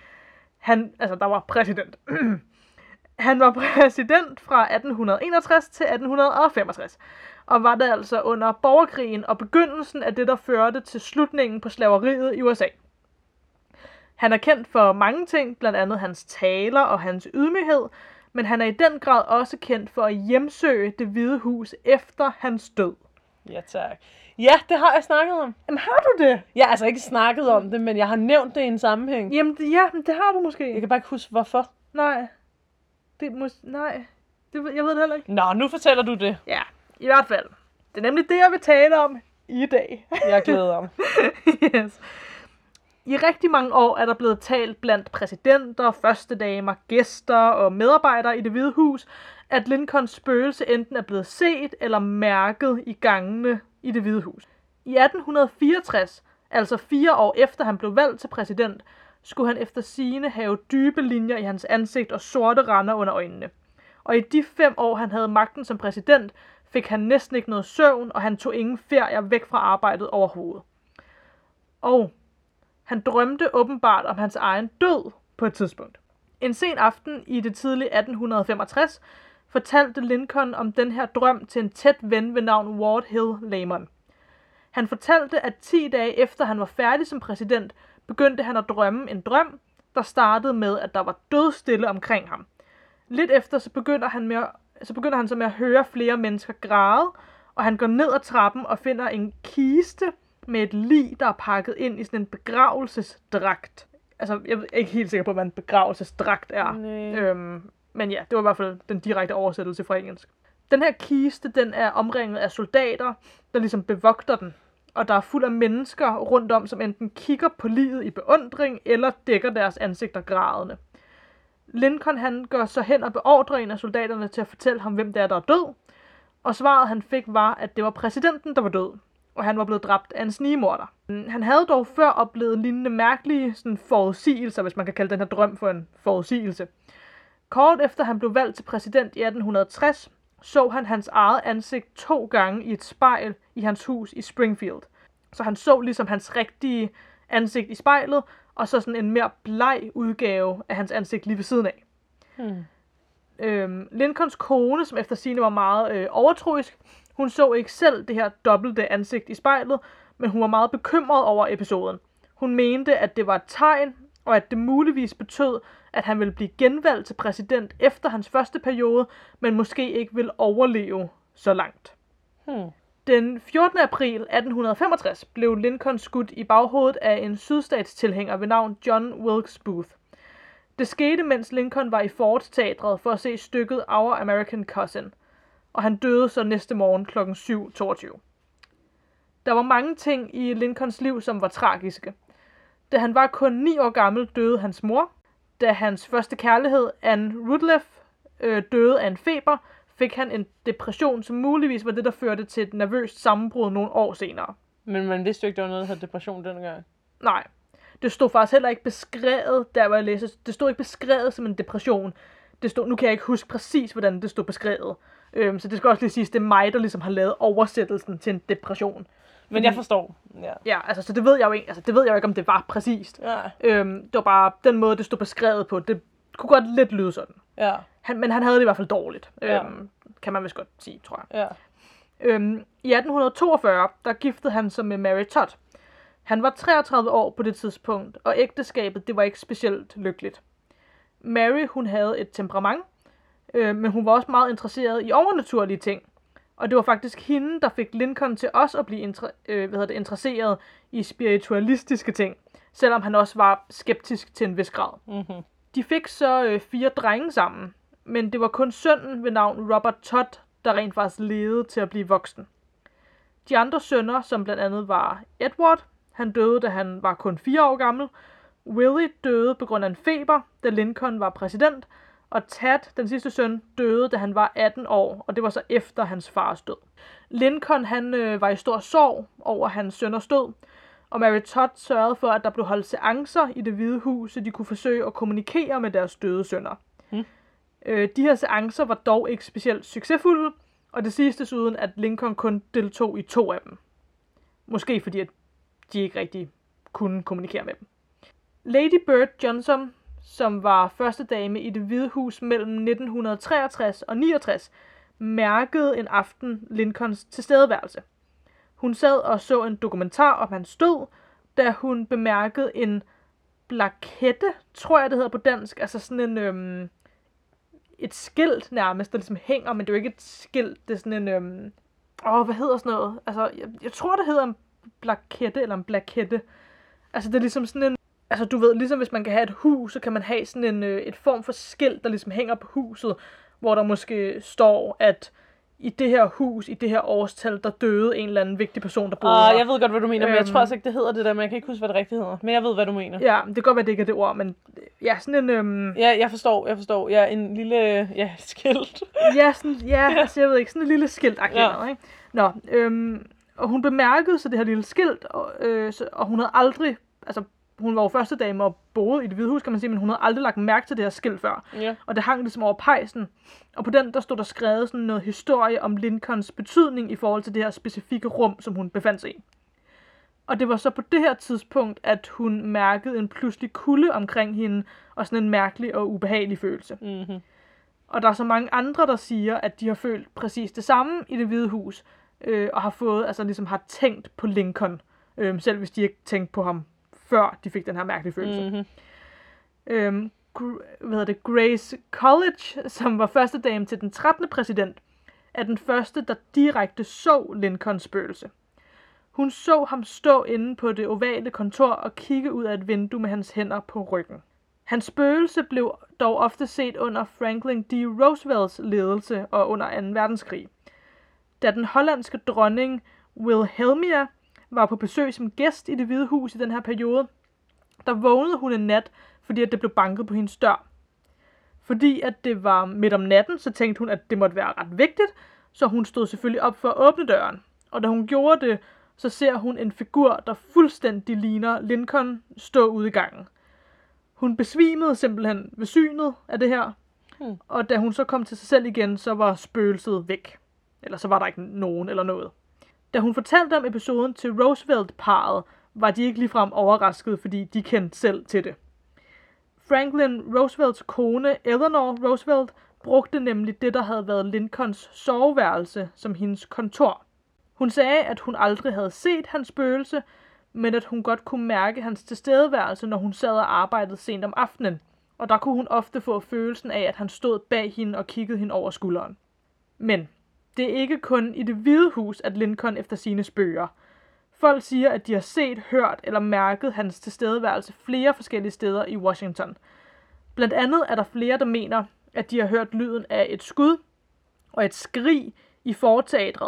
Der var præsident. Han var præsident fra 1861 til 1865, og var der altså under borgerkrigen og begyndelsen af det, der førte til slutningen på slaveriet i USA. Han er kendt for mange ting, blandt andet hans taler og hans ydmyghed, men han er i den grad også kendt for at hjemsøge Det Hvide Hus efter hans død. Ja, tak. Ja, det har jeg snakket om. Jamen, har du det? Jeg har altså ikke snakket om det, men jeg har nævnt det i en sammenhæng. Jamen, det har du måske. Jeg kan bare ikke huske, hvorfor. Nej. Jeg ved det heller ikke. Nå, nu fortæller du det. Ja, i hvert fald. Det er nemlig det, jeg vil tale om i dag. Jeg glæder mig. Yes. I rigtig mange år er der blevet talt blandt præsidenter, førstedamer, gæster og medarbejdere i Det Hvide Hus, at Lincolns spøgelse enten er blevet set eller mærket i gangene i Det Hvide Hus. I 1864, altså 4 år efter han blev valgt til præsident, skulle han efter sigende have dybe linjer i hans ansigt og sorte rande under øjnene. Og i de 5 år, han havde magten som præsident, fik han næsten ikke noget søvn, og han tog ingen ferier væk fra arbejdet overhovedet. Og han drømte åbenbart om hans egen død på et tidspunkt. En sen aften i det tidlige 1865 fortalte Lincoln om den her drøm til en tæt ven ved navn Ward Hill Lamon. Han fortalte, at 10 dage efter han var færdig som præsident, begyndte han at drømme en drøm, der startede med, at der var dødstille omkring ham. Lidt efter så begynder han så med at høre flere mennesker græde, og han går ned ad trappen og finder en kiste med et lig, der er pakket ind i sådan en begravelsesdragt. Altså, jeg er ikke helt sikker på, hvad en begravelsesdragt er. Men ja, det var i hvert fald den direkte oversættelse fra engelsk. Den her kiste, den er omringet af soldater, der ligesom bevogter den. Og der er fuld af mennesker rundt om, som enten kigger på liget i beundring, eller dækker deres ansigter grædende. Lincoln han går så hen og beordrer en af soldaterne til at fortælle ham, hvem det er, der er død. Og svaret han fik var, at det var præsidenten, der var død. Og han var blevet dræbt af en snigemorder. Han havde dog før oplevet lignende mærkelige forudsigelser, hvis man kan kalde den her drøm for en forudsigelse. Kort efter han blev valgt til præsident i 1860, så han hans eget ansigt 2 gange i et spejl i hans hus i Springfield. Så han så ligesom hans rigtige ansigt i spejlet, og så sådan en mere bleg udgave af hans ansigt lige ved siden af. Lincolns kone, som efter sigende var meget overtroisk, hun så ikke selv det her dobbelte ansigt i spejlet, men hun var meget bekymret over episoden. Hun mente, at det var et tegn, og at det muligvis betød, at han ville blive genvalgt til præsident efter hans første periode, men måske ikke ville overleve så langt. Den 14. april 1865 blev Lincoln skudt i baghovedet af en sydstatstilhænger ved navn John Wilkes Booth. Det skete, mens Lincoln var i Ford-teatret for at se stykket Our American Cousin, og han døde så næste morgen kl. 7:22. Der var mange ting i Lincolns liv, som var tragiske. Da han var kun 9 år gammel, døde hans mor. Da hans første kærlighed, Anne Rutledge, døde af en feber, fik han en depression, som muligvis var det, der førte til et nervøst sammenbrud nogle år senere. Men man vidste jo ikke, der var noget, der hed depression dengang. Nej. Det stod faktisk heller ikke beskrevet, der hvor jeg læste. Det stod ikke beskrevet som en depression. Det stod, nu kan jeg ikke huske præcis, hvordan det stod beskrevet. Så det skal også lige siges, det er mig, der ligesom har lavet oversættelsen til en depression. Men jeg forstår. Ja. Ja, altså, så det ved jeg jo ikke, om det var præcist. Ja. Det var bare den måde, det stod beskrevet på. Det kunne godt lidt lyde sådan. Ja. Men han havde det i hvert fald dårligt. Ja. Kan man vist godt sige, tror jeg. Ja. I 1842, der giftede han sig med Mary Todd. Han var 33 år på det tidspunkt, og ægteskabet, det var ikke specielt lykkeligt. Mary, hun havde et temperament, men hun var også meget interesseret i overnaturlige ting. Og det var faktisk hende, der fik Lincoln til også at blive interesseret i spiritualistiske ting, selvom han også var skeptisk til en vis grad. Mm-hmm. De fik så 4 drenge sammen, men det var kun sønnen ved navn Robert Todd, der rent faktisk levede til at blive voksen. De andre sønner, som blandt andet var Edward, han døde, da han var kun 4 år gammel. Willie døde på grund af en feber, da Lincoln var præsident. Og Tad, den sidste søn, døde, da han var 18 år, og det var så efter hans fars død. Lincoln, han var i stor sorg over hans sønners død, og Mary Todd sørgede for, at der blev holdt seancer i Det Hvide Hus, så de kunne forsøge at kommunikere med deres døde sønner. De her seancer var dog ikke specielt succesfulde, og det siges desuden, at Lincoln kun deltog i 2 af dem. Måske fordi, at de ikke rigtig kunne kommunikere med dem. Lady Bird Johnson, som var første dame i Det Hvide Hus mellem 1963 og 69, mærkede en aften Lincolns tilstedeværelse. Hun sad og så en dokumentar om hans død, da hun bemærkede en plakette, tror jeg det hedder på dansk, altså sådan en et skilt nærmest, der ligesom hænger, men det er jo ikke et skilt, det er sådan en hvad hedder sådan noget? Altså, jeg tror det hedder en plakette eller en plakette. Altså det er ligesom sådan en, altså du ved, ligesom hvis man kan have et hus, så kan man have sådan et form for skilt, der ligesom hænger på huset, hvor der måske står, at i det her hus, i det her årstal, der døde en eller anden vigtig person, der boede her. Jeg ved godt, hvad du mener, men jeg tror også ikke, det hedder det der, men jeg kan ikke huske, hvad det rigtigt hedder. Men jeg ved, hvad du mener. Ja, det kan godt være, det ikke er det ord, men ja, sådan en... Ja, jeg forstår. Ja, en lille, skilt. Altså jeg ved ikke, sådan en lille skilt, ikke? Nå, og hun bemærkede så det her lille skilt, og hun havde aldrig, altså hun var jo første dame og boede i Det Hvide Hus, kan man sige, men hun havde aldrig lagt mærke til det her skilt før. Ja. Og det hang ligesom over pejsen. Og på den, der stod der skrevet sådan noget historie om Lincolns betydning i forhold til det her specifikke rum, som hun befandt sig i. Og det var så på det her tidspunkt, at hun mærkede en pludselig kulde omkring hende, og sådan en mærkelig og ubehagelig følelse. Mm-hmm. Og der er så mange andre, der siger, at de har følt præcis det samme i Det Hvide Hus, og har fået, altså ligesom har tænkt på Lincoln, selv hvis de ikke tænkte på ham før de fik den her mærkelige følelse. Mm-hmm. Grace Coolidge, som var første dame til den 13. præsident, er den første, der direkte så Lincolns spøgelse. Hun så ham stå inde på det ovale kontor og kigge ud af et vindue med hans hænder på ryggen. Hans spøgelse blev dog ofte set under Franklin D. Roosevelts ledelse og under 2. verdenskrig. Da den hollandske dronning Wilhelmina var på besøg som gæst i Det Hvide Hus i den her periode, der vågnede hun en nat, fordi at det blev banket på hendes dør. Fordi at det var midt om natten, så tænkte hun, at det måtte være ret vigtigt, så hun stod selvfølgelig op for at åbne døren. Og da hun gjorde det, så ser hun en figur, der fuldstændig ligner Lincoln, stå ude i gangen. Hun besvimede simpelthen ved synet af det her, og da hun så kom til sig selv igen, så var spøgelset væk. Eller så var der ikke nogen eller noget. Da hun fortalte om episoden til Roosevelt-parret, var de ikke ligefrem overraskede, fordi de kendte selv til det. Franklin Roosevelts kone, Eleanor Roosevelt, brugte nemlig det, der havde været Lincolns soveværelse som hendes kontor. Hun sagde, at hun aldrig havde set hans spøgelse, men at hun godt kunne mærke hans tilstedeværelse, når hun sad og arbejdede sent om aftenen, og der kunne hun ofte få følelsen af, at han stod bag hende og kiggede hende over skulderen. Men det er ikke kun i Det Hvide Hus, at Lincoln efter sine spøger. Folk siger, at de har set, hørt eller mærket hans tilstedeværelse flere forskellige steder i Washington. Blandt andet er der flere, der mener, at de har hørt lyden af et skud og et skrig i forteatret,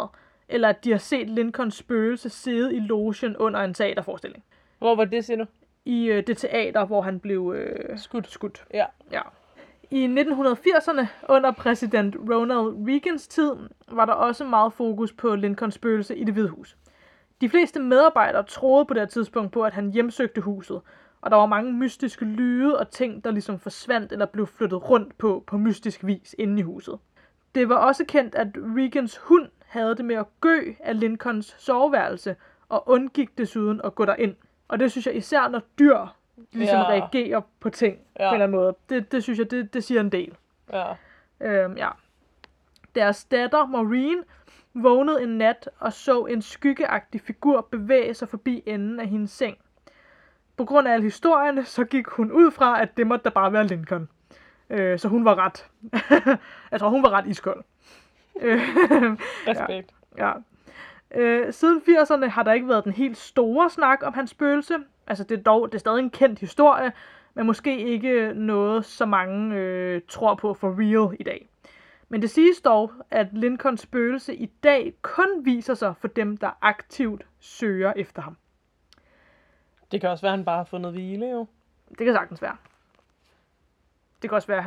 eller at de har set Lincolns spøgelse sidde i logen under en teaterforestilling. Hvor var det, siger du? I det teater, hvor han blev skudt. Ja. I 1980'erne, under præsident Ronald Reagans tid, var der også meget fokus på Lincolns spøgelse i Det Hvide Hus. De fleste medarbejdere troede på det tidspunkt på, at han hjemsøgte huset, og der var mange mystiske lyde og ting, der ligesom forsvandt eller blev flyttet rundt på mystisk vis inde i huset. Det var også kendt, at Reagans hund havde det med at gø af Lincolns soveværelse, og undgik desuden at gå derind. Og det synes jeg især, når dyr ligesom reagerer på ting på en eller anden måde. Det synes jeg, det siger en del. Ja. Deres datter, Maureen, vågnede en nat og så en skyggeagtig figur bevæge sig forbi enden af hendes seng. På grund af alle historierne, så gik hun ud fra, at det måtte da bare være Lincoln. Så hun var ret. Jeg tror, hun var ret iskold. Respekt. Ja. Siden 80'erne har der ikke været den helt store snak om hans spøgelse. Altså, det er stadig en kendt historie, men måske ikke noget, så mange tror på for real i dag. Men det siges dog, at Lincolns spøgelse i dag kun viser sig for dem, der aktivt søger efter ham. Det kan også være, at han bare har fundet hvile, jo. Det kan sagtens være. Det kan også være,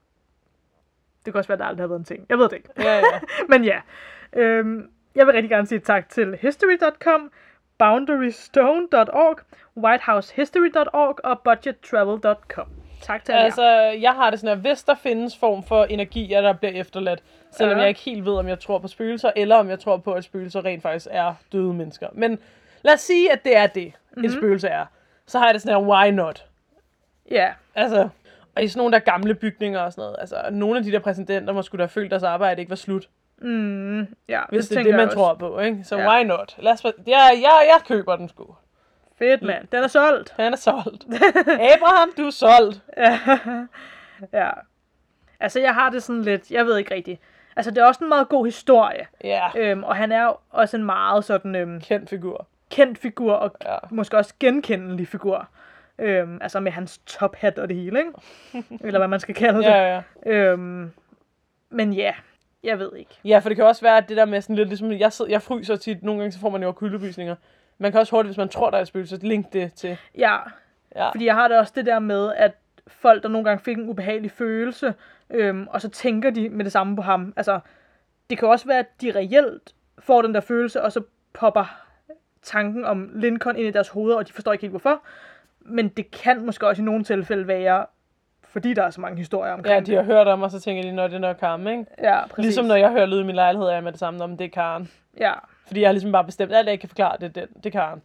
at der aldrig har været en ting. Jeg ved det ikke. Ja. Men ja. Jeg vil rigtig gerne sige tak til history.com, boundarystone.org, whitehousehistory.org og budgettravel.com. Tak til jer. Altså, jeg har det sådan, at hvis der findes form for energier, der bliver efterladt, selvom jeg ikke helt ved, om jeg tror på spøgelser, eller om jeg tror på, at spøgelser rent faktisk er døde mennesker. Men lad os sige, at det er det, et spøgelse er. Så har jeg det sådan her, why not? Ja. Altså, og i sådan nogle der gamle bygninger og sådan noget. Altså, nogle af de der præsidenter må skulle da følt, deres arbejde ikke var slut. Ja, hvis det er det, man tror på, ikke? Så why not? Jeg køber den sgu. Fedt, mand. Den er solgt. Den er solgt. Abraham, du er solgt. Ja. Altså, jeg har det sådan lidt, jeg ved ikke rigtigt. Altså, det er også en meget god historie. Ja. Og han er også en meget sådan... Kendt figur, og måske også genkendelig figur. Altså med hans tophat og det hele, ikke? Eller hvad man skal kalde det. Ja. Men ja, jeg ved ikke. Ja, for det kan også være, at det der med sådan lidt, ligesom, jeg fryser tit, nogle gange så får man jo kuldegysninger. Man kan også hurtigt, hvis man tror, der er et spøgelse, link det til. Ja, fordi jeg har det også det der med, at folk, der nogle gange fik en ubehagelig følelse, og så tænker de med det samme på ham. Altså, det kan også være, at de reelt får den der følelse, og så popper tanken om Lincoln ind i deres hoveder, og de forstår ikke helt hvorfor. Men det kan måske også i nogle tilfælde være, fordi der er så mange historier omkring. Ja, de har hørt om, og så tænker de, når det er nok ham, ikke? Ja, præcis. Ligesom når jeg hører lyd i min lejlighed, er jeg med det samme, om det er Karen. Ja. Fordi jeg har ligesom bare bestemt, alt jeg ikke kan forklare, det er Karen.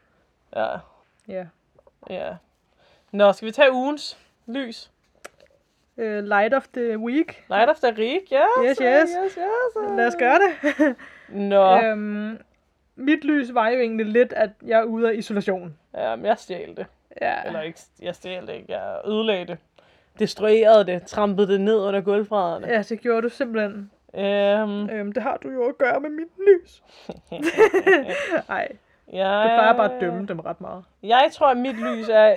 Ja. Nå, skal vi tage ugens lys? Light of the week. Light of the week, ja. Yes. Lad os gøre det. Nå. Mit lys var jo egentlig lidt, at jeg er ude af isolation. Ja, men jeg stjal det. Ja. Eller ikke, jeg stjal det ikke. Jeg ødelagde det. Destruerede det. Trampede det ned under gulvbrædderne. Ja, det gjorde du simpelthen. Det har du jo at gøre med mit lys. Ej. Det plejer bare at dømme dem ret meget. Jeg tror, at mit lys er...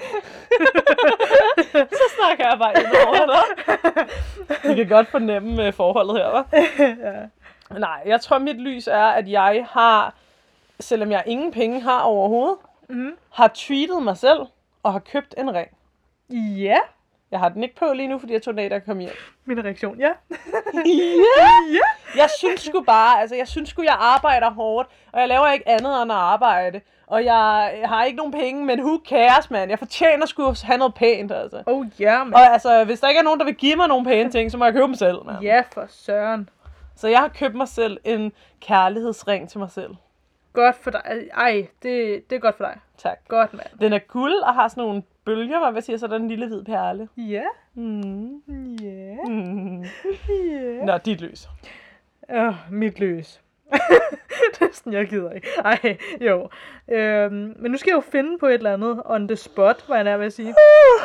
Så snakker jeg bare ind over dig. I kan godt fornemme forholdet her, hva'? Ja. Nej, jeg tror, at mit lys er, at jeg har, selvom jeg ingen penge har overhovedet, har treatet mig selv og har købt en ring. Ja. Jeg har den ikke på lige nu, fordi jeg tog den af, da jeg kom hjem. Min reaktion, ja. Ja. Jeg synes sgu bare, jeg arbejder hårdt, og jeg laver ikke andet end at arbejde. Og jeg har ikke nogen penge, men who cares, man? Jeg fortjener sgu at have noget pænt, altså. Oh ja, man. Og altså, hvis der ikke er nogen, der vil give mig nogle pæne ting, så må jeg købe dem selv, man. Ja, for søren. Så jeg har købt mig selv en kærlighedsring til mig selv. Godt for dig. Ej, det er godt for dig. Tak. Godt, mand. Den er guld og har sådan nogle bølger, hvor jeg siger, så er der en lille hvid perle. Ja. Ja. Ja. Nå, dit lys. Mit lys. Det er sådan, jeg gider ikke. Ej, jo. Men nu skal jeg jo finde på et eller andet on the spot, hvad jeg nær vil sige.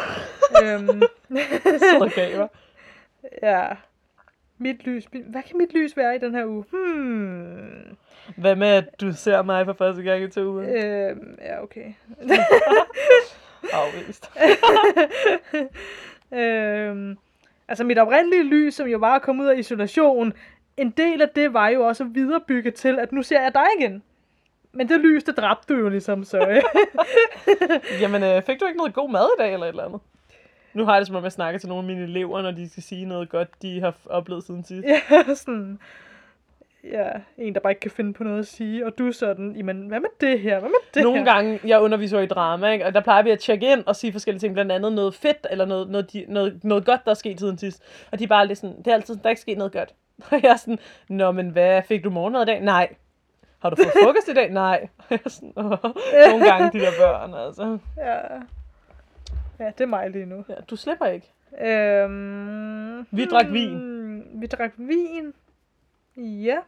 Så der gav mig. Ja. Mit lys. Hvad kan mit lys være i den her uge? Hvad med, at du ser mig for første gang i 2 uger? Ja, okay. Afvist. Altså mit oprindelige lys, som jo var at komme ud af isolation, en del af det var jo også at viderebygge til, at nu ser jeg dig igen. Men det lys, det dræbte du jo ligesom, så... Jamen, fik du ikke noget god mad i dag, eller et eller andet? Nu har jeg det som om, jeg snakker til nogle af mine elever, når de skal sige noget godt, de har oplevet siden sidst. Ja, sådan... Ja, en, der bare ikke kan finde på noget at sige. Og du er sådan, jamen, hvad med det her? Hvad med det Nogle her? gange, jeg underviser i drama, ikke? Og der plejer vi at tjekke ind og sige forskellige ting, blandt andet noget fedt, eller noget godt, der er sket siden sidst. Og de er bare lidt sådan, det er altid, der er ikke sket noget godt. Og jeg er sådan, nå, men hvad, fik du morgenmad i dag? Nej. Har du fået frokost i dag? Nej. Jeg er sådan, nogle gange de der børn, altså. Ja. Ja, det er mig lige nu. Ja, du slipper ikke. Vi drak vin. Vi drak vin. Ja.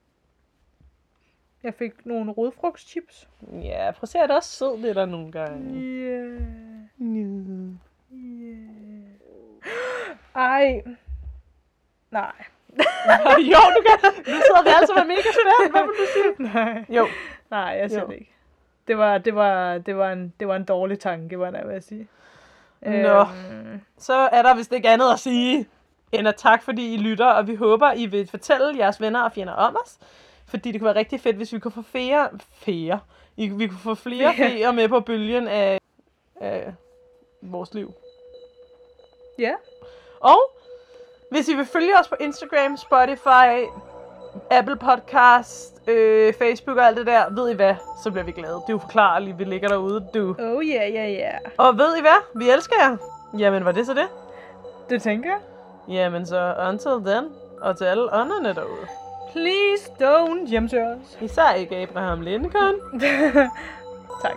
Jeg fik nogle rodfrugtchips. Ja, prøv at se, at det også sød lidt der nogle gange. Yeah. Yeah. Yeah. Ej. Nej. Jo, du kan. Nu sidder vi altså mega spændt. Hvad vil du sige? Nej. Jo. Nej, jeg siger Jo. det ikke. Det var en dårlig tanke, var det, hvad jeg sige. Nå. Så er der vist ikke andet at sige, end at tak, fordi I lytter, og vi håber, I vil fortælle jeres venner og fjender om os. Fordi det kunne være rigtig fedt, hvis vi kunne få vi kunne få flere feer med på bølgen af vores liv. Ja. Og hvis I vil følge os på Instagram, Spotify, Apple Podcast, Facebook og alt det der, ved I hvad, så bliver vi glade. Det er jo forklarligt, vi ligger derude, du. Oh yeah. Og ved I hvad, vi elsker jer. Jamen, var det så det? Det tænker jeg. Jamen så, until then, og til alle ånderne derude. Please don't hjemsøge os. Især ikke Abraham Lincoln. Tak.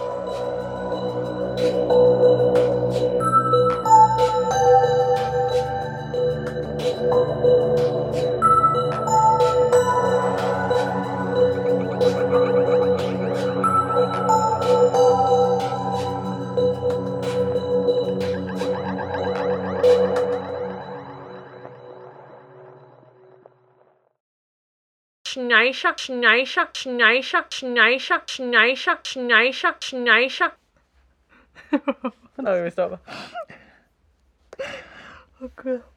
Schneischer. Okay, vi stopper. Åh, Gud.